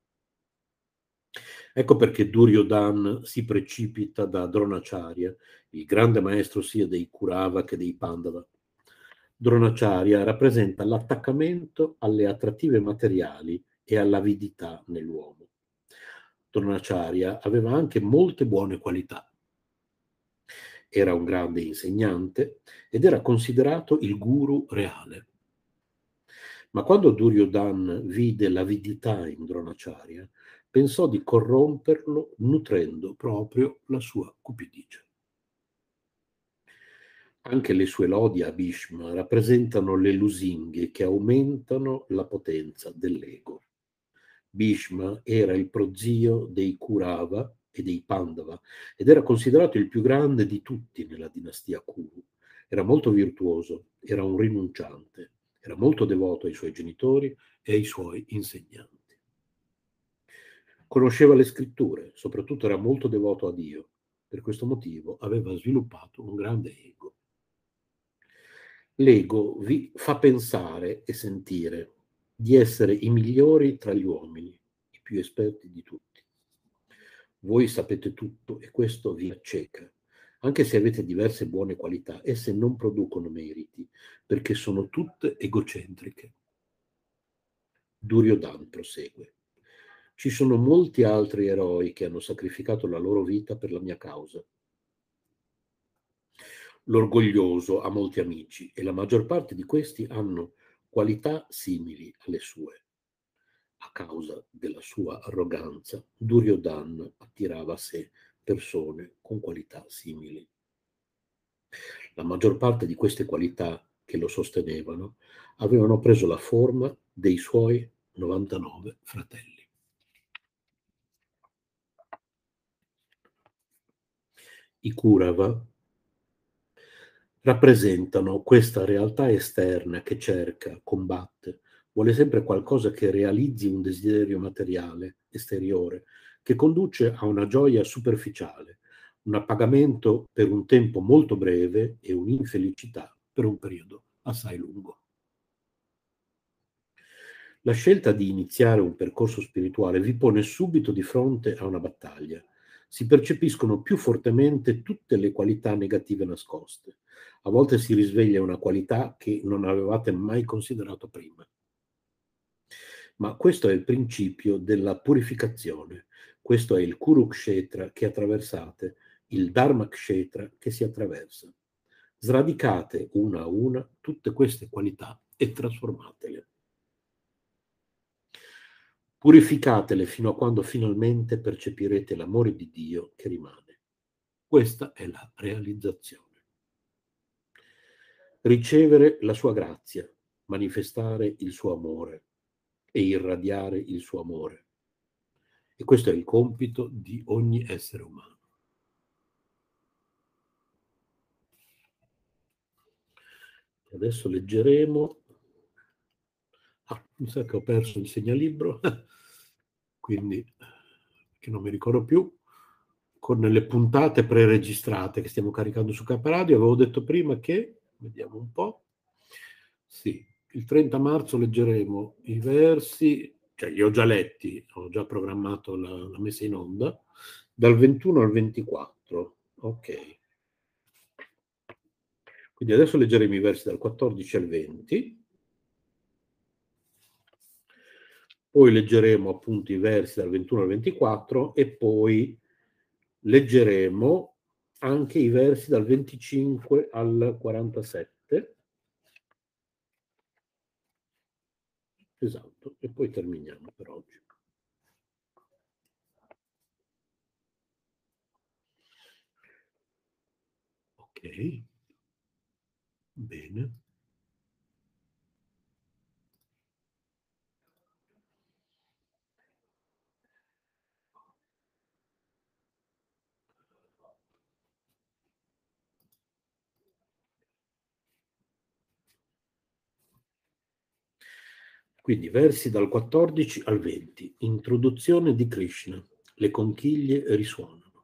Ecco perché Duryodhana si precipita da Dronacharya, il grande maestro sia dei Kurava che dei Pandava. Dronacharya rappresenta l'attaccamento alle attrattive materiali e all'avidità nell'uomo. Dronacharya aveva anche molte buone qualità. Era un grande insegnante ed era considerato il guru reale. Ma quando Duryodhana vide l'avidità in Dronacharya, pensò di corromperlo nutrendo proprio la sua cupidigia. Anche le sue lodi a Bhishma rappresentano le lusinghe che aumentano la potenza dell'ego. Bhishma era il prozio dei Kurava e dei Pandava ed era considerato il più grande di tutti nella dinastia Kuru. Era molto virtuoso, era un rinunciante, era molto devoto ai suoi genitori e ai suoi insegnanti. Conosceva le scritture, soprattutto era molto devoto a Dio. Per questo motivo aveva sviluppato un grande ego. L'ego vi fa pensare e sentire di essere i migliori tra gli uomini, i più esperti di tutti. Voi sapete tutto e questo vi acceca. Anche se avete diverse buone qualità, esse non producono meriti, perché sono tutte egocentriche. Duryodhana prosegue. Ci sono molti altri eroi che hanno sacrificato la loro vita per la mia causa. L'orgoglioso ha molti amici e la maggior parte di questi hanno qualità simili alle sue. A causa della sua arroganza, Duryodhana attirava a sé persone con qualità simili. La maggior parte di queste qualità che lo sostenevano avevano preso la forma dei suoi novantanove fratelli. I Kurava rappresentano questa realtà esterna che cerca, combatte, vuole sempre qualcosa che realizzi un desiderio materiale, esteriore, che conduce a una gioia superficiale, un appagamento per un tempo molto breve e un'infelicità per un periodo assai lungo. La scelta di iniziare un percorso spirituale vi pone subito di fronte a una battaglia. Si percepiscono più fortemente tutte le qualità negative nascoste. A volte si risveglia una qualità che non avevate mai considerato prima. Ma questo è il principio della purificazione. Questo è il Kurukshetra che attraversate, il Dharmakshetra che si attraversa. Sradicate una a una tutte queste qualità e trasformatele. Purificatele fino a quando finalmente percepirete l'amore di Dio che rimane. Questa è la realizzazione. Ricevere la sua grazia, manifestare il suo amore e irradiare il suo amore. E questo è il compito di ogni essere umano. Adesso leggeremo. Ah, mi sa che ho perso il segnalibro, quindi che non mi ricordo più. Con le puntate preregistrate che stiamo caricando su K Radio, avevo detto prima che, vediamo un po', sì, il trenta marzo leggeremo i versi, cioè li ho già letti, ho già programmato la, la messa in onda, dal ventuno al ventiquattro, ok. Quindi adesso leggeremo i versi dal quattordici al venti, poi leggeremo appunto i versi dal ventuno al ventiquattro e poi leggeremo anche i versi dal venticinque al quarantasette. Esatto, e poi terminiamo per oggi. Ok, bene. Quindi versi dal quattordici al venti. Introduzione di Krishna. Le conchiglie risuonano.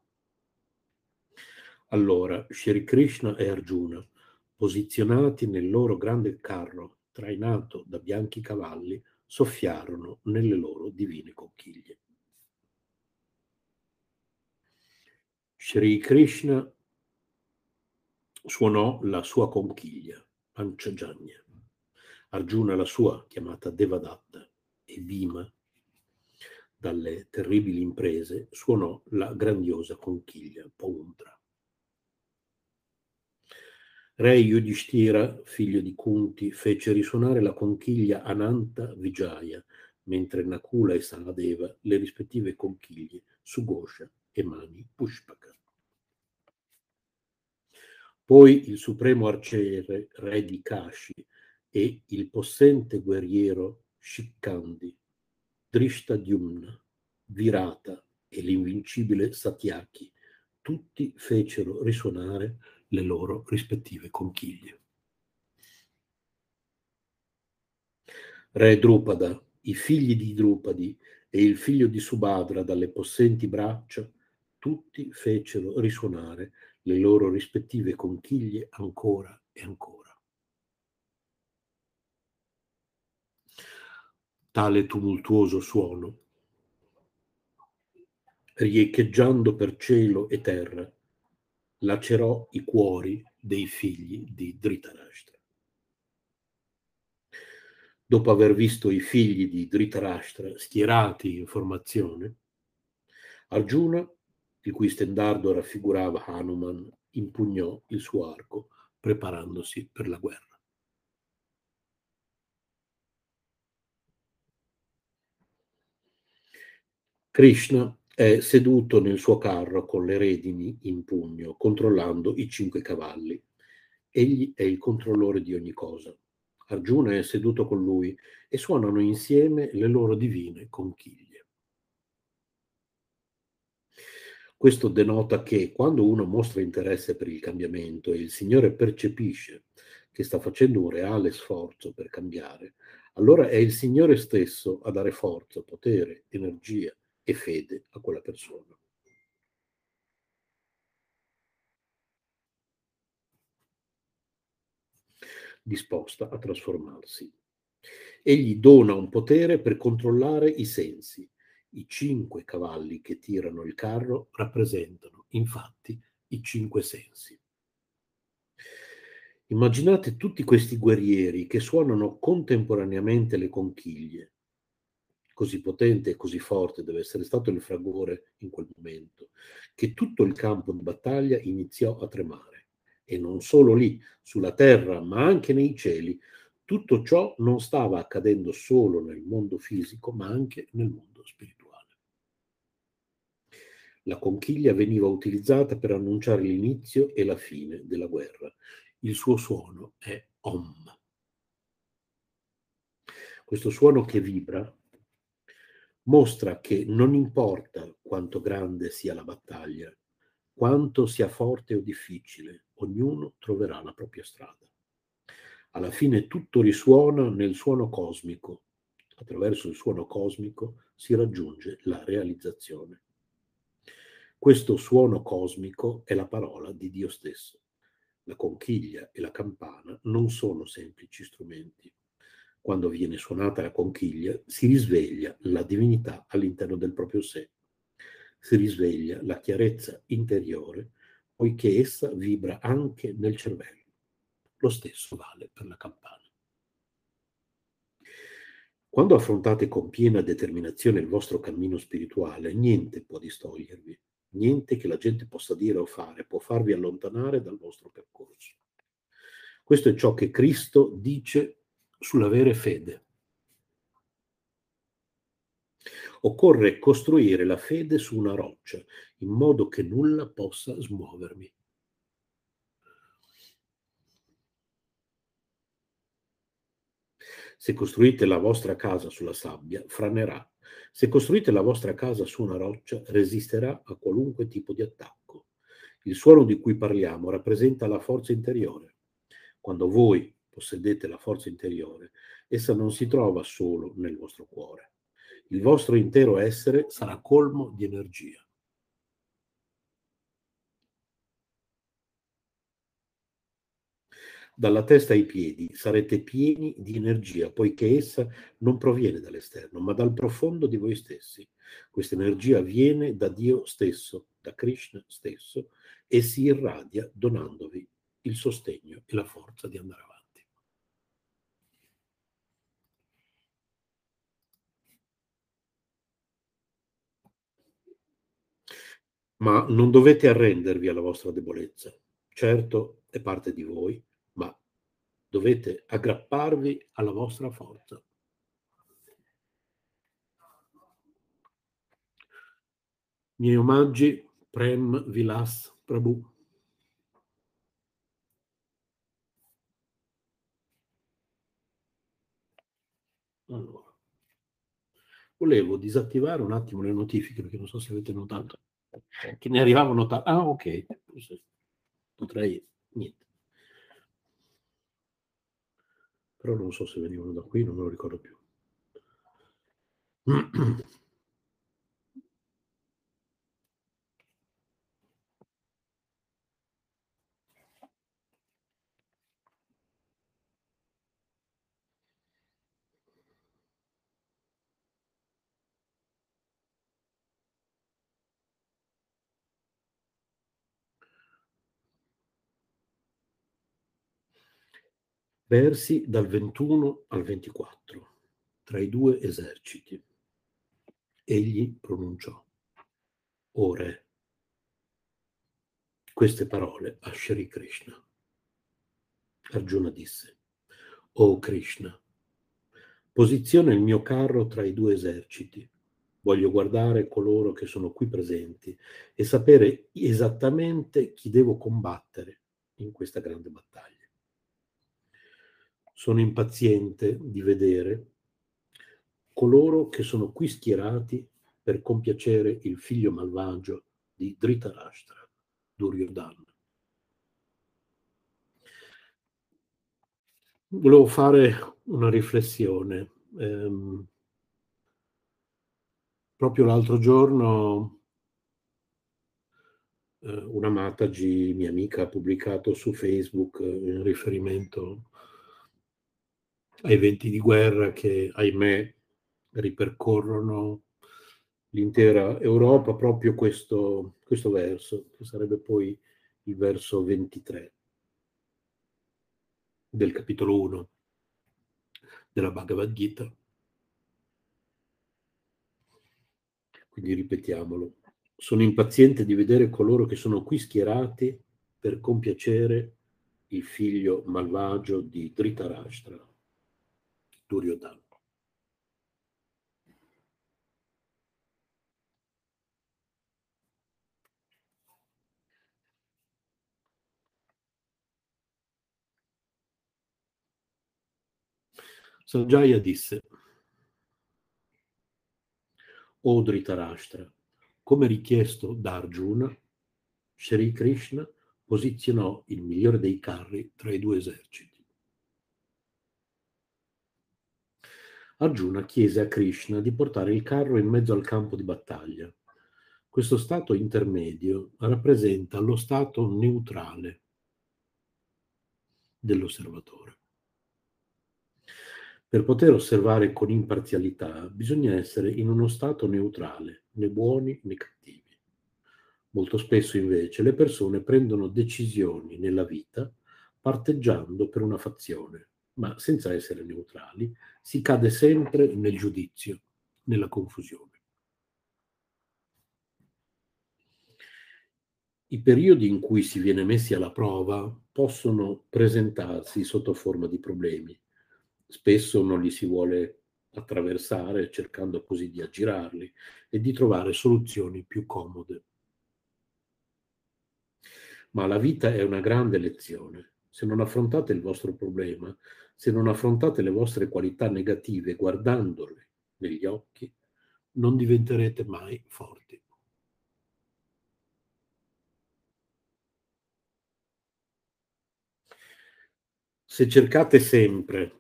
Allora, Shri Krishna e Arjuna, posizionati nel loro grande carro, trainato da bianchi cavalli, soffiarono nelle loro divine conchiglie. Shri Krishna suonò la sua conchiglia, Panchajanya. Arjuna la sua, chiamata Devadatta, e Bhima, dalle terribili imprese, suonò la grandiosa conchiglia Paundra. Re Yudhishthira, figlio di Kunti, fece risuonare la conchiglia Ananta Vijaya, mentre Nakula e Saladeva le rispettive conchiglie Sughosha e Mani Pushpaka. Poi il supremo arciere, re di Kashi, e il possente guerriero Shikhandi, Drishtadyumna, Virata e l'invincibile Satyaki, tutti fecero risuonare le loro rispettive conchiglie. Re Drupada, i figli di Drupadi e il figlio di Subhadra dalle possenti braccia, tutti fecero risuonare le loro rispettive conchiglie ancora e ancora. Tale tumultuoso suono, riecheggiando per cielo e terra, lacerò i cuori dei figli di Dhritarashtra. Dopo aver visto i figli di Dhritarashtra schierati in formazione, Arjuna, il cui stendardo raffigurava Hanuman, impugnò il suo arco preparandosi per la guerra. Krishna è seduto nel suo carro con le redini in pugno, controllando i cinque cavalli. Egli è il controllore di ogni cosa. Arjuna è seduto con lui e suonano insieme le loro divine conchiglie. Questo denota che quando uno mostra interesse per il cambiamento e il Signore percepisce che sta facendo un reale sforzo per cambiare, allora è il Signore stesso a dare forza, potere, energia e fede a quella persona. Disposta a trasformarsi. Egli dona un potere per controllare i sensi. I cinque cavalli che tirano il carro rappresentano, infatti, i cinque sensi. Immaginate tutti questi guerrieri che suonano contemporaneamente le conchiglie. Così potente e così forte deve essere stato il fragore in quel momento, che tutto il campo di battaglia iniziò a tremare. E non solo lì, sulla terra, ma anche nei cieli. Tutto ciò non stava accadendo solo nel mondo fisico, ma anche nel mondo spirituale. La conchiglia veniva utilizzata per annunciare l'inizio e la fine della guerra. Il suo suono è Om. Questo suono che vibra mostra che non importa quanto grande sia la battaglia, quanto sia forte o difficile, ognuno troverà la propria strada. Alla fine tutto risuona nel suono cosmico. Attraverso il suono cosmico si raggiunge la realizzazione. Questo suono cosmico è la parola di Dio stesso. La conchiglia e la campana non sono semplici strumenti. Quando viene suonata la conchiglia, si risveglia la divinità all'interno del proprio sé. Si risveglia la chiarezza interiore, poiché essa vibra anche nel cervello. Lo stesso vale per la campana. Quando affrontate con piena determinazione il vostro cammino spirituale, niente può distogliervi, niente che la gente possa dire o fare può farvi allontanare dal vostro percorso. Questo è ciò che Cristo dice sull'avere fede. Occorre costruire la fede su una roccia, in modo che nulla possa smuovermi. Se costruite la vostra casa sulla sabbia, franerà. Se costruite la vostra casa su una roccia, resisterà a qualunque tipo di attacco. Il suono di cui parliamo rappresenta la forza interiore. Quando voi possedete la forza interiore, essa non si trova solo nel vostro cuore. Il vostro intero essere sarà colmo di energia. Dalla testa ai piedi sarete pieni di energia, poiché essa non proviene dall'esterno, ma dal profondo di voi stessi. Questa energia viene da Dio stesso, da Krishna stesso, e si irradia donandovi il sostegno e la forza di andare avanti. Ma non dovete arrendervi alla vostra debolezza. Certo, è parte di voi, ma dovete aggrapparvi alla vostra forza. Miei omaggi, Prem Vilas Prabhu. Allora, volevo disattivare un attimo le notifiche, perché non so se avete notato che ne arrivavano tanto. Ah, ok, potrei, niente. Però non so se venivano da qui, non me lo ricordo più. Versi dal ventuno al ventiquattro, tra i due eserciti. Egli pronunciò: "O re", queste parole a Shri Krishna. Arjuna disse: "O Krishna, posiziona il mio carro tra i due eserciti. Voglio guardare coloro che sono qui presenti e sapere esattamente chi devo combattere in questa grande battaglia. Sono impaziente di vedere coloro che sono qui schierati per compiacere il figlio malvagio di di Dhritarashtra, Duryodhana. Volevo fare una riflessione. Ehm, proprio l'altro giorno eh, una Mataji, mia amica, ha pubblicato su Facebook eh, in riferimento ai venti di guerra che, ahimè, ripercorrono l'intera Europa, proprio questo, questo verso, che sarebbe poi il verso ventitré del capitolo uno della Bhagavad Gita. Quindi ripetiamolo. Sono impaziente di vedere coloro che sono qui schierati per compiacere il figlio malvagio di Dhritarashtra, Duryodhana. Sanjaya disse: O Dhritarashtra, come richiesto da Arjuna, Shri Krishna posizionò il migliore dei carri tra i due eserciti. Arjuna chiese a Krishna di portare il carro in mezzo al campo di battaglia. Questo stato intermedio rappresenta lo stato neutrale dell'osservatore. Per poter osservare con imparzialità bisogna essere in uno stato neutrale, né buoni né cattivi. Molto spesso invece le persone prendono decisioni nella vita parteggiando per una fazione, ma senza essere neutrali si cade sempre nel giudizio, nella confusione. I periodi in cui si viene messi alla prova possono presentarsi sotto forma di problemi. Spesso non li si vuole attraversare cercando così di aggirarli e di trovare soluzioni più comode. Ma la vita è una grande lezione. Se non affrontate il vostro problema, se non affrontate le vostre qualità negative guardandole negli occhi, non diventerete mai forti. Se cercate sempre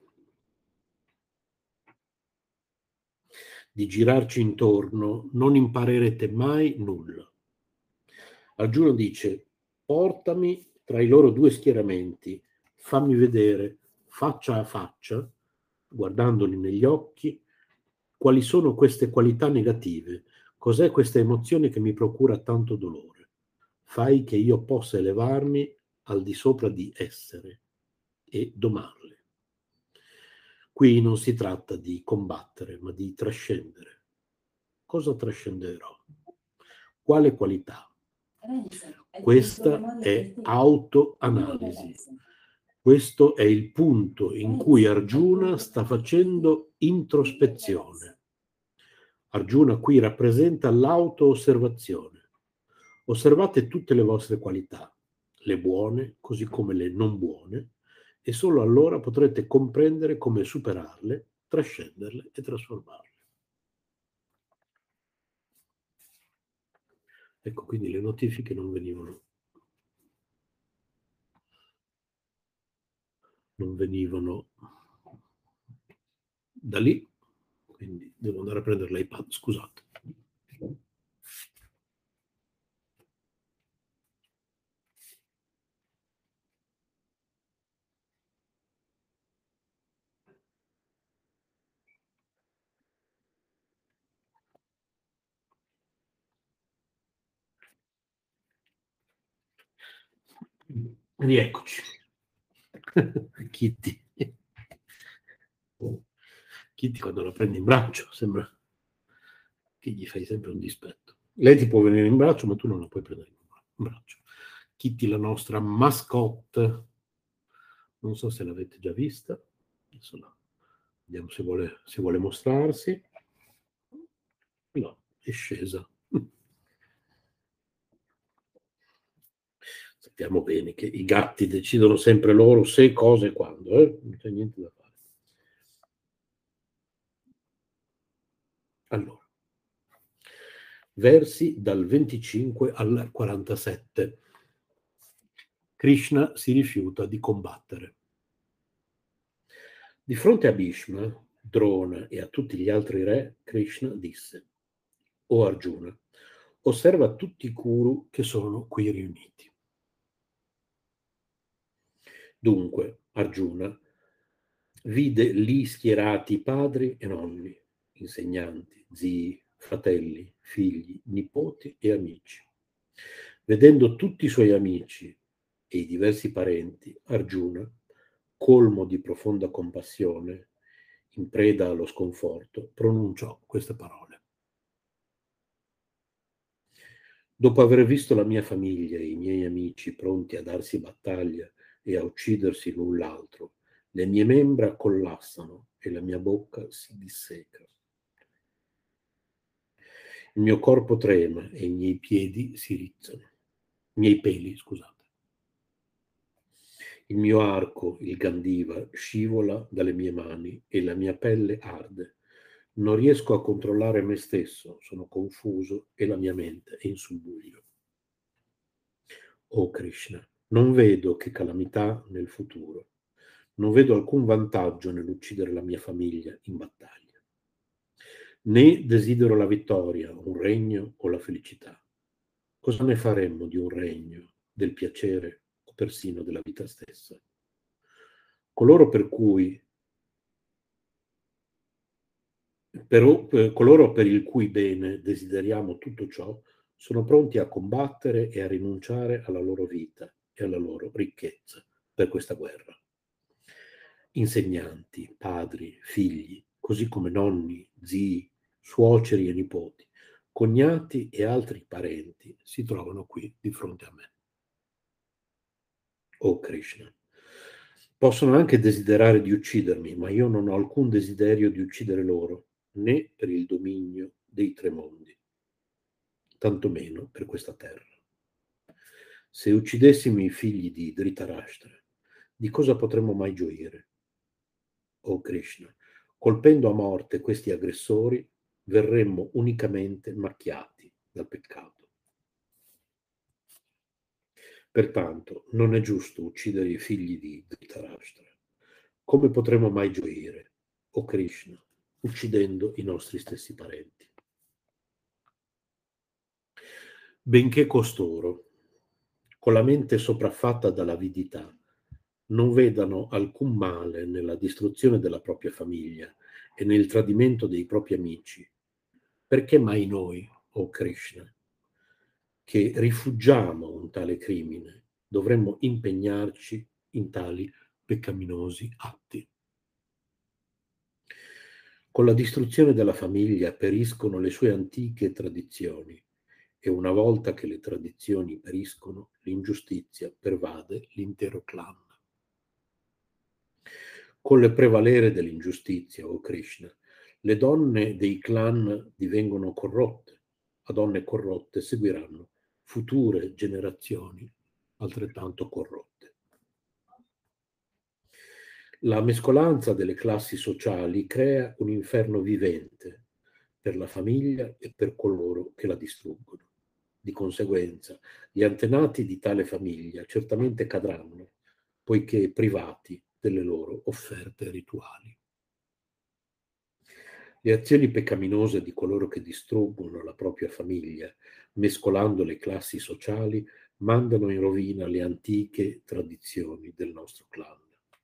di girarci intorno, non imparerete mai nulla. Arjuna dice: portami tra i loro due schieramenti, fammi vedere faccia a faccia, guardandoli negli occhi, quali sono queste qualità negative, cos'è questa emozione che mi procura tanto dolore. Fai che io possa elevarmi al di sopra di essere e domarle. Qui non si tratta di combattere, ma di trascendere. Cosa trascenderò? Quale qualità? Questa è autoanalisi. Questo è il punto in cui Arjuna sta facendo introspezione. Arjuna qui rappresenta l'auto-osservazione. Osservate tutte le vostre qualità, le buone così come le non buone, e solo allora potrete comprendere come superarle, trascenderle e trasformarle. Ecco, quindi le notifiche non venivano, non venivano da lì, quindi devo andare a prendere l'iPad, scusate. Rieccoci. Kitty. Kitty quando la prendi in braccio sembra che gli fai sempre un dispetto. Lei ti può venire in braccio, ma tu non la puoi prendere in braccio. Kitty, la nostra mascotte. Non so se l'avete già vista. Adesso la... Vediamo se vuole, se vuole mostrarsi. No, è scesa. Sappiamo bene che i gatti decidono sempre loro se, cosa e quando, eh? Non c'è niente da fare. Allora, Versi dal venticinque al quarantasette. Krishna si rifiuta di combattere. Di fronte a Bhishma, Drona e a tutti gli altri re, Krishna disse: O Arjuna, osserva tutti i Kuru che sono qui riuniti. Dunque, Arjuna vide lì schierati padri e nonni, insegnanti, zii, fratelli, figli, nipoti e amici. Vedendo tutti i suoi amici e i diversi parenti, Arjuna, colmo di profonda compassione, in preda allo sconforto, pronunciò queste parole. Dopo aver visto la mia famiglia e i miei amici pronti a darsi battaglia e a uccidersi l'un l'altro, le mie membra collassano e la mia bocca si disseca. Il mio corpo trema e i miei piedi si rizzano. I miei peli, scusate. Il mio arco, il Gandiva, scivola dalle mie mani e la mia pelle arde. Non riesco a controllare me stesso, sono confuso e la mia mente è in subbuglio. O Krishna, non vedo che calamità nel futuro. Non vedo alcun vantaggio nell'uccidere la mia famiglia in battaglia. Né desidero la vittoria, un regno o la felicità. Cosa ne faremmo di un regno, del piacere o persino della vita stessa? Coloro per cui per, per coloro per il cui bene desideriamo tutto ciò sono pronti a combattere e a rinunciare alla loro vita e alla loro ricchezza per questa guerra. Insegnanti, padri, figli, così come nonni, zii, suoceri e nipoti, cognati e altri parenti si trovano qui di fronte a me. O Krishna, possono anche desiderare di uccidermi, ma io non ho alcun desiderio di uccidere loro, né per il dominio dei tre mondi, tantomeno per questa terra. Se uccidessimo i figli di Dhritarashtra, di cosa potremmo mai gioire? O Krishna, colpendo a morte questi aggressori, verremmo unicamente macchiati dal peccato. Pertanto non è giusto uccidere i figli di Dhritarashtra. Come potremmo mai gioire, o Krishna, uccidendo i nostri stessi parenti? Benché costoro, con la mente sopraffatta dall'avidità, non vedano alcun male nella distruzione della propria famiglia e nel tradimento dei propri amici, perché mai noi, o Krishna, che rifuggiamo un tale crimine, dovremmo impegnarci in tali peccaminosi atti? Con la distruzione della famiglia periscono le sue antiche tradizioni e una volta che le tradizioni periscono, l'ingiustizia pervade l'intero clan. Con il prevalere dell'ingiustizia, o Krishna, le donne dei clan divengono corrotte, a donne corrotte seguiranno future generazioni altrettanto corrotte. La mescolanza delle classi sociali crea un inferno vivente per la famiglia e per coloro che la distruggono. Di conseguenza, gli antenati di tale famiglia certamente cadranno, poiché privati delle loro offerte rituali. Le azioni peccaminose di coloro che distruggono la propria famiglia, mescolando le classi sociali, mandano in rovina le antiche tradizioni del nostro clan.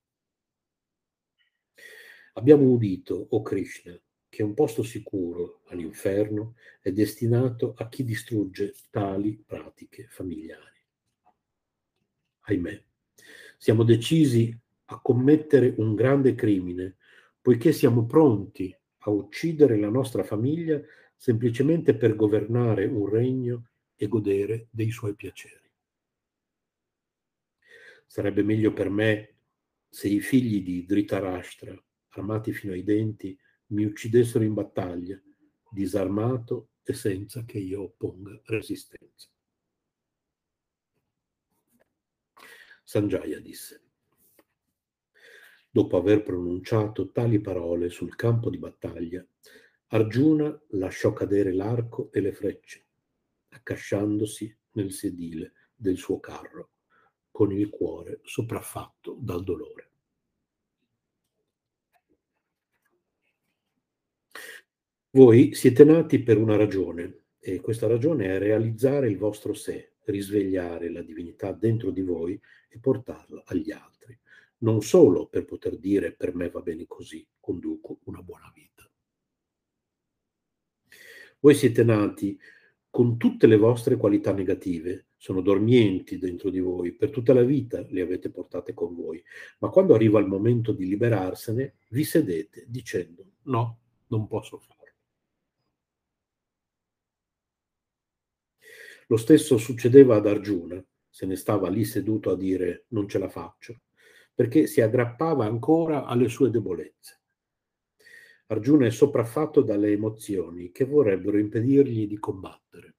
Abbiamo udito, o Krishna, che un posto sicuro all'inferno è destinato a chi distrugge tali pratiche familiari. Ahimè, siamo decisi a commettere un grande crimine, poiché siamo pronti a uccidere la nostra famiglia semplicemente per governare un regno e godere dei suoi piaceri. Sarebbe meglio per me se i figli di Dhritarashtra, armati fino ai denti, mi uccidessero in battaglia, disarmato e senza che io opponga resistenza. Sanjaya disse: dopo aver pronunciato tali parole sul campo di battaglia, Arjuna lasciò cadere l'arco e le frecce, accasciandosi nel sedile del suo carro, con il cuore sopraffatto dal dolore. Voi siete nati per una ragione, e questa ragione è realizzare il vostro sé, risvegliare la divinità dentro di voi e portarla agli altri, non solo per poter dire per me va bene così, conduco una buona vita. Voi siete nati con tutte le vostre qualità negative, sono dormienti dentro di voi, per tutta la vita le avete portate con voi, ma quando arriva il momento di liberarsene, vi sedete dicendo no, non posso farlo. Lo stesso succedeva ad Arjuna, se ne stava lì seduto a dire non ce la faccio, perché si aggrappava ancora alle sue debolezze. Arjuna è sopraffatto dalle emozioni che vorrebbero impedirgli di combattere.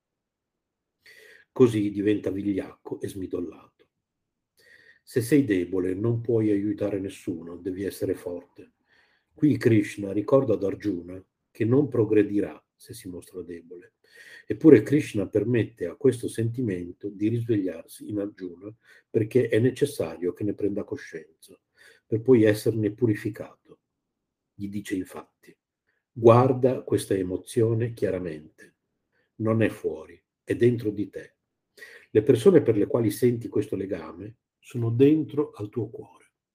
Così diventa vigliacco e smidollato. Se sei debole non puoi aiutare nessuno, devi essere forte. Qui Krishna ricorda ad Arjuna che non progredirà se si mostra debole. Eppure Krishna permette a questo sentimento di risvegliarsi in Arjuna perché è necessario che ne prenda coscienza, per poi esserne purificato. Gli dice infatti, guarda questa emozione chiaramente, non è fuori, è dentro di te. Le persone per le quali senti questo legame sono dentro al tuo cuore.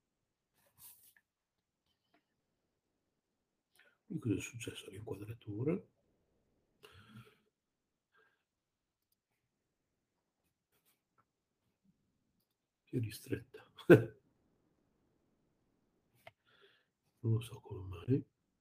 E cosa è successo all'inquadratura? Più ristretta. Non lo so come mai.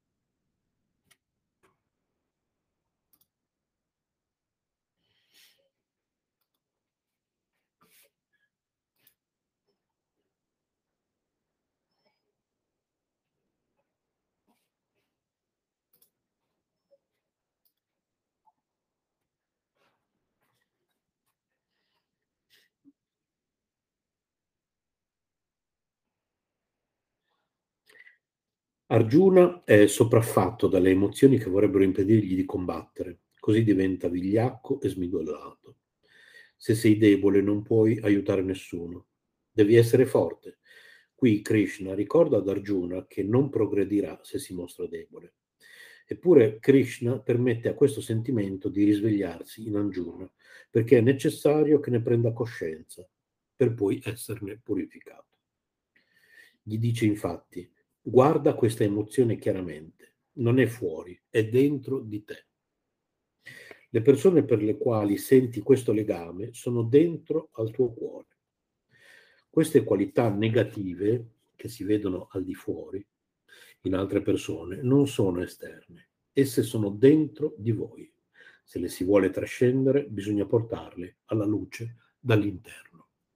Arjuna è sopraffatto dalle emozioni che vorrebbero impedirgli di combattere, così diventa vigliacco e smidollato. Se sei debole non puoi aiutare nessuno, devi essere forte. Qui Krishna ricorda ad Arjuna che non progredirà se si mostra debole. Eppure Krishna permette a questo sentimento di risvegliarsi in Arjuna, perché è necessario che ne prenda coscienza, per poi esserne purificato. Gli dice infatti, guarda questa emozione chiaramente, non è fuori, è dentro di te. Le persone per le quali senti questo legame sono dentro al tuo cuore. Queste qualità negative che si vedono al di fuori, in altre persone, non sono esterne, esse sono dentro di voi. Se le si vuole trascendere, bisogna portarle alla luce dall'interno.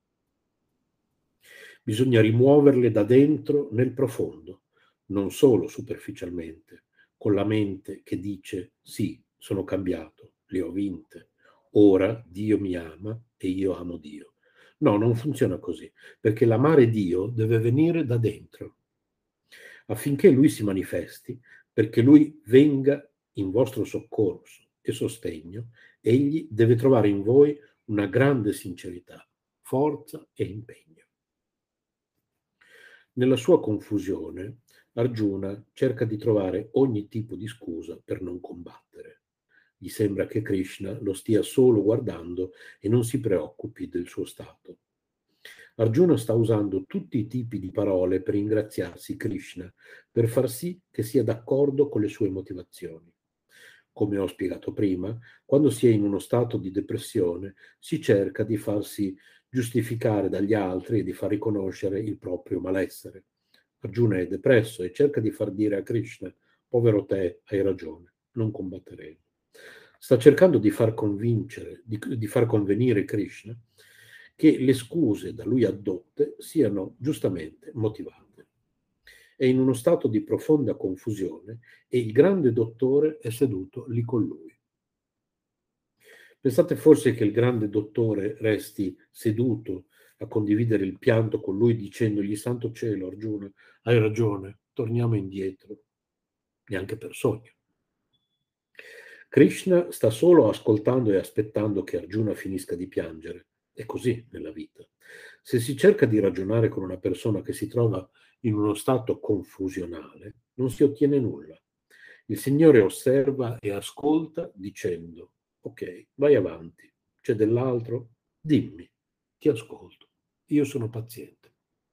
Bisogna rimuoverle da dentro nel profondo, non solo superficialmente, con la mente che dice sì, sono cambiato, le ho vinte, ora Dio mi ama e io amo Dio. No, non funziona così, perché l'amare Dio deve venire da dentro, affinché Lui si manifesti, perché Lui venga in vostro soccorso e sostegno, Egli deve trovare in voi una grande sincerità, forza e impegno. Nella sua confusione, Arjuna cerca di trovare ogni tipo di scusa per non combattere. Gli sembra che Krishna lo stia solo guardando e non si preoccupi del suo stato. Arjuna sta usando tutti i tipi di parole per ringraziarsi Krishna, per far sì che sia d'accordo con le sue motivazioni. Come ho spiegato prima, quando si è in uno stato di depressione, si cerca di farsi giustificare dagli altri e di far riconoscere il proprio malessere. Arjuna è depresso e cerca di far dire a Krishna, povero te, hai ragione, non combatteremo. Sta cercando di far convincere, di, di far convenire Krishna che le scuse da lui addotte siano giustamente motivate. È in uno stato di profonda confusione e il grande dottore è seduto lì con lui. Pensate forse che il grande dottore resti seduto a condividere il pianto con lui dicendogli santo cielo Arjuna, hai ragione, torniamo indietro, neanche per sogno. Krishna sta solo ascoltando e aspettando che Arjuna finisca di piangere. È così nella vita. Se si cerca di ragionare con una persona che si trova in uno stato confusionale, non si ottiene nulla. Il Signore osserva e ascolta dicendo: ok, vai avanti, c'è dell'altro? Dimmi, ti ascolto, io sono paziente.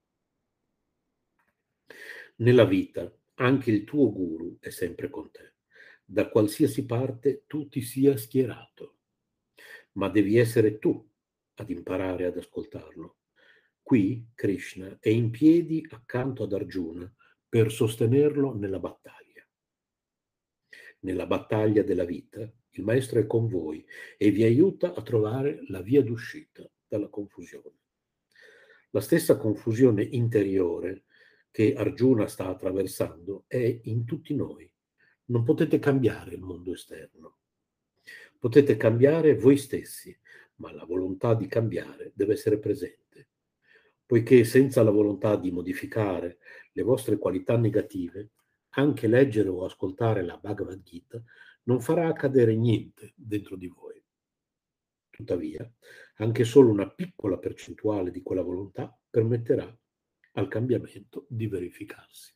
Nella vita, anche il tuo guru è sempre con te. Da qualsiasi parte tu ti sia schierato, ma devi essere tu ad imparare ad ascoltarlo. Qui Krishna è in piedi accanto ad Arjuna per sostenerlo nella battaglia. Nella battaglia della vita, il maestro è con voi e vi aiuta a trovare la via d'uscita dalla confusione. La stessa confusione interiore che Arjuna sta attraversando è in tutti noi. Non potete cambiare il mondo esterno. Potete cambiare voi stessi, ma la volontà di cambiare deve essere presente. Poiché senza la volontà di modificare le vostre qualità negative, anche leggere o ascoltare la Bhagavad Gita non farà accadere niente dentro di voi. Tuttavia, anche solo una piccola percentuale di quella volontà permetterà al cambiamento di verificarsi.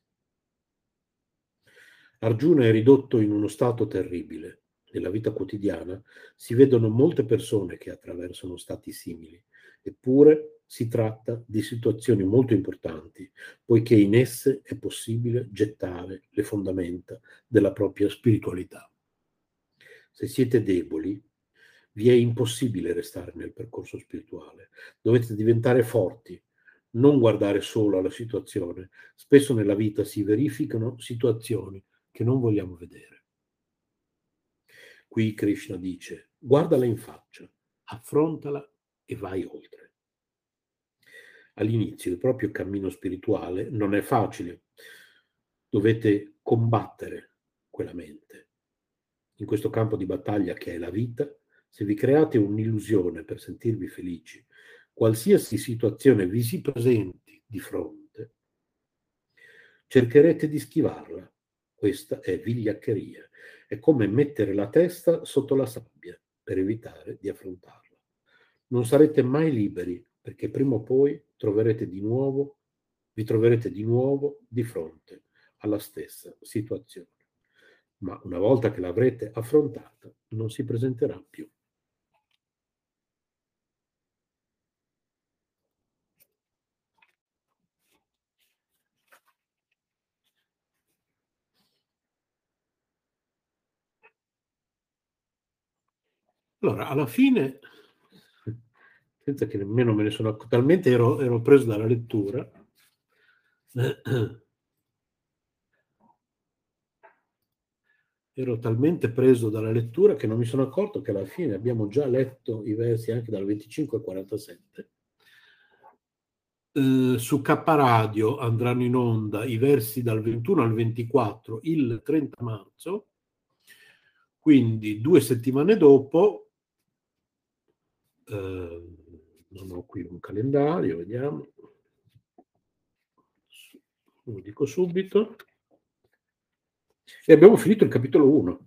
Arjuna è ridotto in uno stato terribile. Nella vita quotidiana si vedono molte persone che attraversano stati simili, eppure si tratta di situazioni molto importanti, poiché in esse è possibile gettare le fondamenta della propria spiritualità. Se siete deboli, vi è impossibile restare nel percorso spirituale. Dovete diventare forti, non guardare solo alla situazione. Spesso nella vita si verificano situazioni che non vogliamo vedere. Qui Krishna dice: guardala in faccia, affrontala e vai oltre. All'inizio il proprio cammino spirituale non è facile. Dovete combattere quella mente. In questo campo di battaglia che è la vita, se vi create un'illusione per sentirvi felici, qualsiasi situazione vi si presenti di fronte, cercherete di schivarla. Questa è vigliaccheria. È come mettere la testa sotto la sabbia per evitare di affrontarla. Non sarete mai liberi, perché prima o poi troverete di nuovo, vi troverete di nuovo di fronte alla stessa situazione. Ma una volta che l'avrete affrontata, non si presenterà più. Allora, alla fine, senza che nemmeno me ne sono accorto, talmente ero, ero preso dalla lettura, ero talmente preso dalla lettura che non mi sono accorto che alla fine abbiamo già letto i versi anche dal venticinque al quarantasette. Eh, su K Radio andranno in onda i versi dal ventuno al ventiquattro il trenta marzo, quindi due settimane dopo. Eh, non ho qui un calendario, vediamo, lo dico subito, e abbiamo finito il capitolo uno.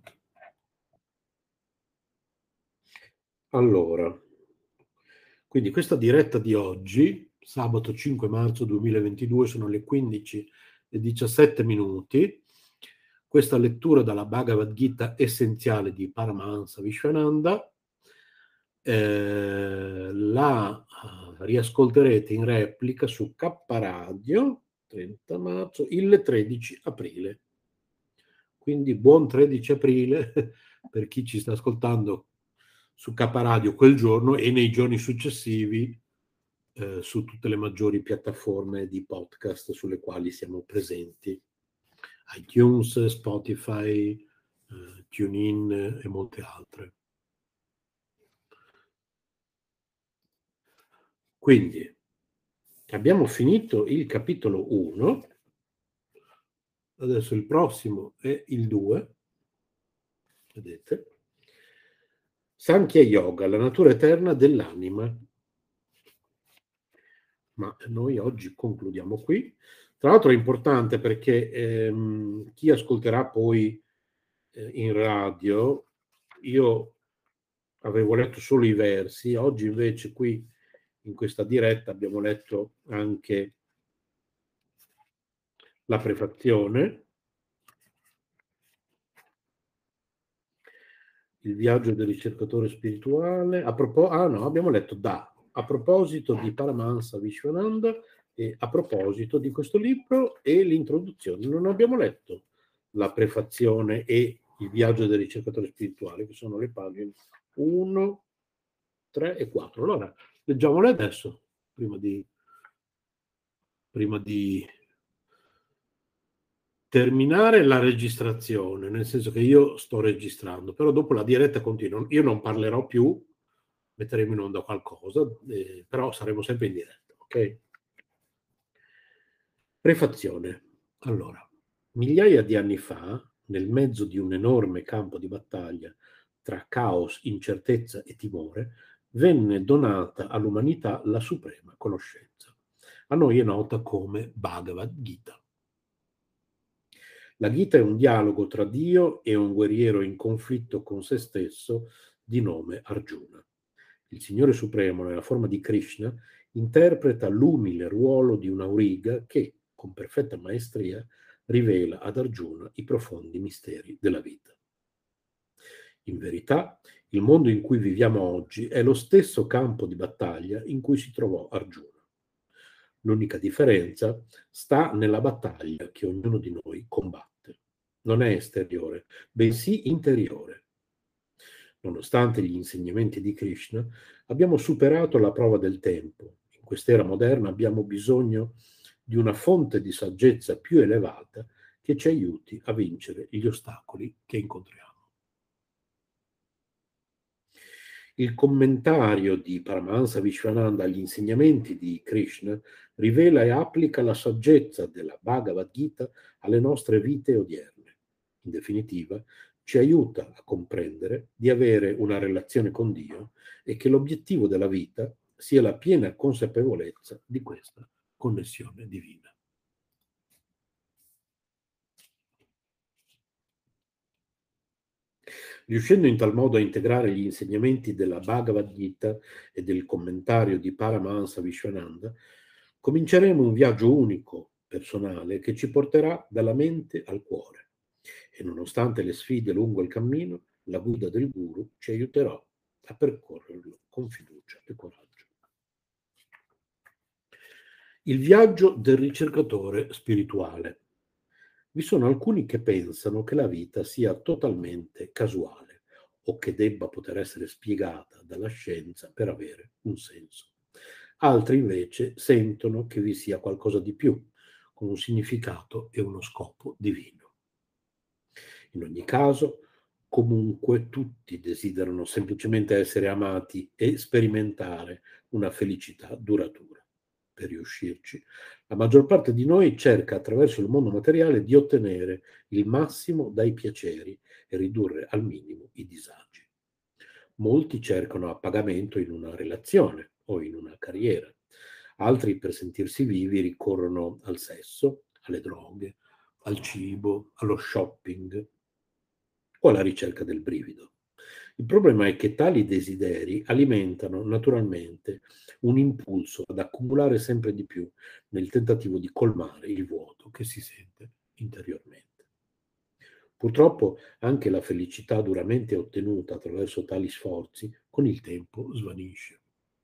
Allora, quindi questa diretta di oggi, sabato cinque marzo duemilaventidue, sono le quindici e diciassette minuti. Questa lettura dalla Bhagavad Gita essenziale di Paramahansa Vishwananda eh, la riascolterete in replica su K Radio trenta marzo il tredici aprile. Quindi buon tredici aprile per chi ci sta ascoltando su K Radio quel giorno e nei giorni successivi eh, su tutte le maggiori piattaforme di podcast sulle quali siamo presenti: iTunes, Spotify, eh, TuneIn e molte altre. Quindi abbiamo finito il capitolo uno, adesso il prossimo è il due, vedete? Sankhya Yoga, la natura eterna dell'anima. Ma noi oggi concludiamo qui. Tra l'altro è importante perché ehm, chi ascolterà poi eh, in radio io avevo letto solo i versi, oggi invece qui in questa diretta abbiamo letto anche la prefazione, il viaggio del ricercatore spirituale, a propos- ah no, abbiamo letto da, a proposito di Paramahansa Vishwananda e a proposito di questo libro e l'introduzione. Non abbiamo letto la prefazione e il viaggio del ricercatore spirituale, che sono le pagine uno, tre e quattro. Allora, leggiamole adesso, prima di, prima di terminare la registrazione, nel senso che io sto registrando, però dopo la diretta continua. Io non parlerò più, metteremo in onda qualcosa, eh, però saremo sempre in diretta, ok? Prefazione. Allora, migliaia di anni fa, nel mezzo di un enorme campo di battaglia tra caos, incertezza e timore, venne donata all'umanità la suprema conoscenza. A noi è nota come Bhagavad Gita. La Gita è un dialogo tra Dio e un guerriero in conflitto con se stesso di nome Arjuna. Il Signore Supremo, nella forma di Krishna, interpreta l'umile ruolo di un auriga che, con perfetta maestria, rivela ad Arjuna i profondi misteri della vita. In verità, il mondo in cui viviamo oggi è lo stesso campo di battaglia in cui si trovò Arjuna. L'unica differenza sta nella battaglia che ognuno di noi combatte. Non è esteriore, bensì interiore. Nonostante gli insegnamenti di Krishna, abbiamo superato la prova del tempo. In quest'era moderna abbiamo bisogno di una fonte di saggezza più elevata che ci aiuti a vincere gli ostacoli che incontriamo. Il commentario di Paramahansa Vishwananda agli insegnamenti di Krishna rivela e applica la saggezza della Bhagavad Gita alle nostre vite odierne. In definitiva, ci aiuta a comprendere di avere una relazione con Dio e che l'obiettivo della vita sia la piena consapevolezza di questa connessione divina. Riuscendo in tal modo a integrare gli insegnamenti della Bhagavad Gita e del commentario di Paramahansa Vishwananda, cominceremo un viaggio unico, personale, che ci porterà dalla mente al cuore. E nonostante le sfide lungo il cammino, la guida del Guru ci aiuterà a percorrerlo con fiducia e coraggio. Il viaggio del ricercatore spirituale. Vi sono alcuni che pensano che la vita sia totalmente casuale o che debba poter essere spiegata dalla scienza per avere un senso. Altri invece sentono che vi sia qualcosa di più, con un significato e uno scopo divino. In ogni caso, comunque tutti desiderano semplicemente essere amati e sperimentare una felicità duratura. Per riuscirci, la maggior parte di noi cerca attraverso il mondo materiale di ottenere il massimo dai piaceri e ridurre al minimo i disagi. Molti cercano a pagamento in una relazione o in una carriera. Altri, per sentirsi vivi, ricorrono al sesso, alle droghe, al cibo, allo shopping o alla ricerca del brivido. Il problema è che tali desideri alimentano naturalmente un impulso ad accumulare sempre di più nel tentativo di colmare il vuoto che si sente interiormente. Purtroppo anche la felicità duramente ottenuta attraverso tali sforzi con il tempo svanisce.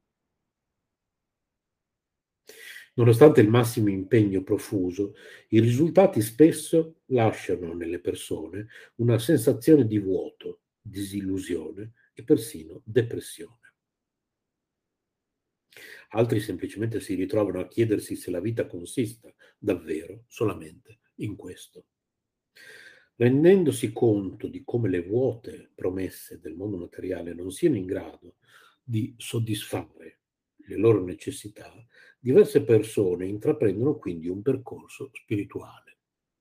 Nonostante il massimo impegno profuso, i risultati spesso lasciano nelle persone una sensazione di vuoto, disillusione e persino depressione. Altri semplicemente si ritrovano a chiedersi se la vita consista davvero solamente in questo. Rendendosi conto di come le vuote promesse del mondo materiale non siano in grado di soddisfare le loro necessità, diverse persone intraprendono quindi un percorso spirituale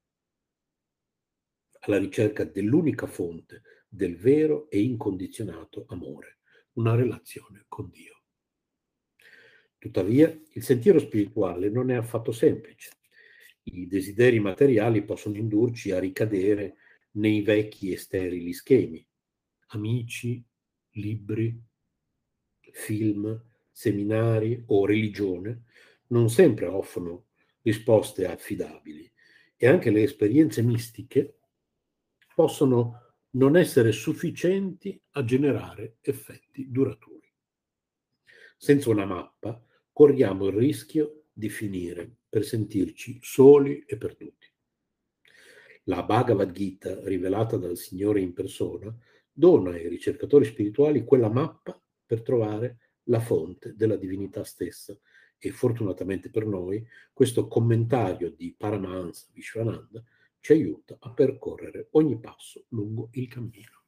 alla ricerca dell'unica fonte del vero e incondizionato amore, una relazione con Dio. Tuttavia, il sentiero spirituale non è affatto semplice. I desideri materiali possono indurci a ricadere nei vecchi e sterili schemi, amici, libri, film, seminari o religione non sempre offrono risposte affidabili e anche le esperienze mistiche possono non essere sufficienti a generare effetti duraturi. Senza una mappa corriamo il rischio di finire per sentirci soli e perduti. La Bhagavad Gita, rivelata dal Signore in persona, dona ai ricercatori spirituali quella mappa per trovare la fonte della divinità stessa e fortunatamente per noi questo commentario di Paramahansa Vishwananda ci aiuta a percorrere ogni passo lungo il cammino.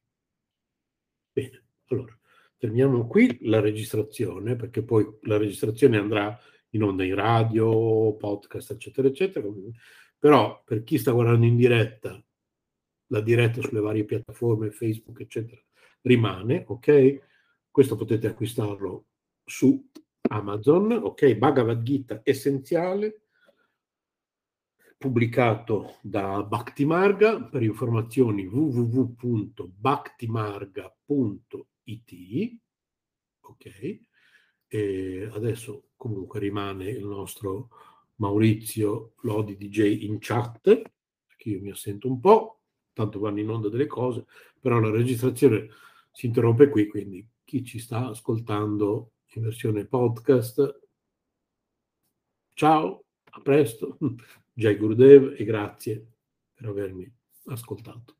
Bene, allora terminiamo qui la registrazione, perché poi la registrazione andrà in onda in radio, podcast, eccetera, eccetera. Però per chi sta guardando in diretta, la diretta sulle varie piattaforme, Facebook, eccetera, rimane, ok? Questo potete acquistarlo su Amazon, ok? Bhagavad Gita essenziale, pubblicato da Bhakti Marga. Per informazioni w w w punto bhaktimarga punto i t, ok? E adesso comunque rimane il nostro Maurizio Lodi D J in chat, perché io mi assento un po', tanto vanno in onda delle cose, però la registrazione si interrompe qui, quindi chi ci sta ascoltando in versione podcast, ciao, a presto, Jai Gurudev e grazie per avermi ascoltato.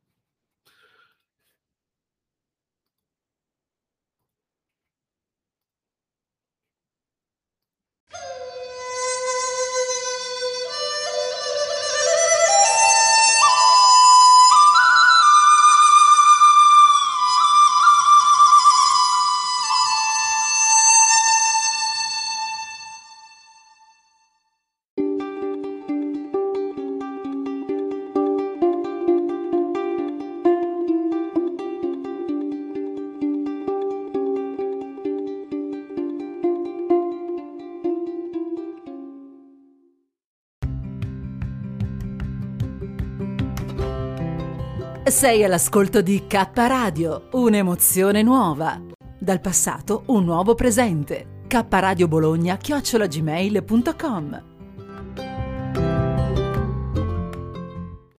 Sei all'ascolto di K Radio, un'emozione nuova. Dal passato un nuovo presente. K Radio Bologna chiocciola gmail punto com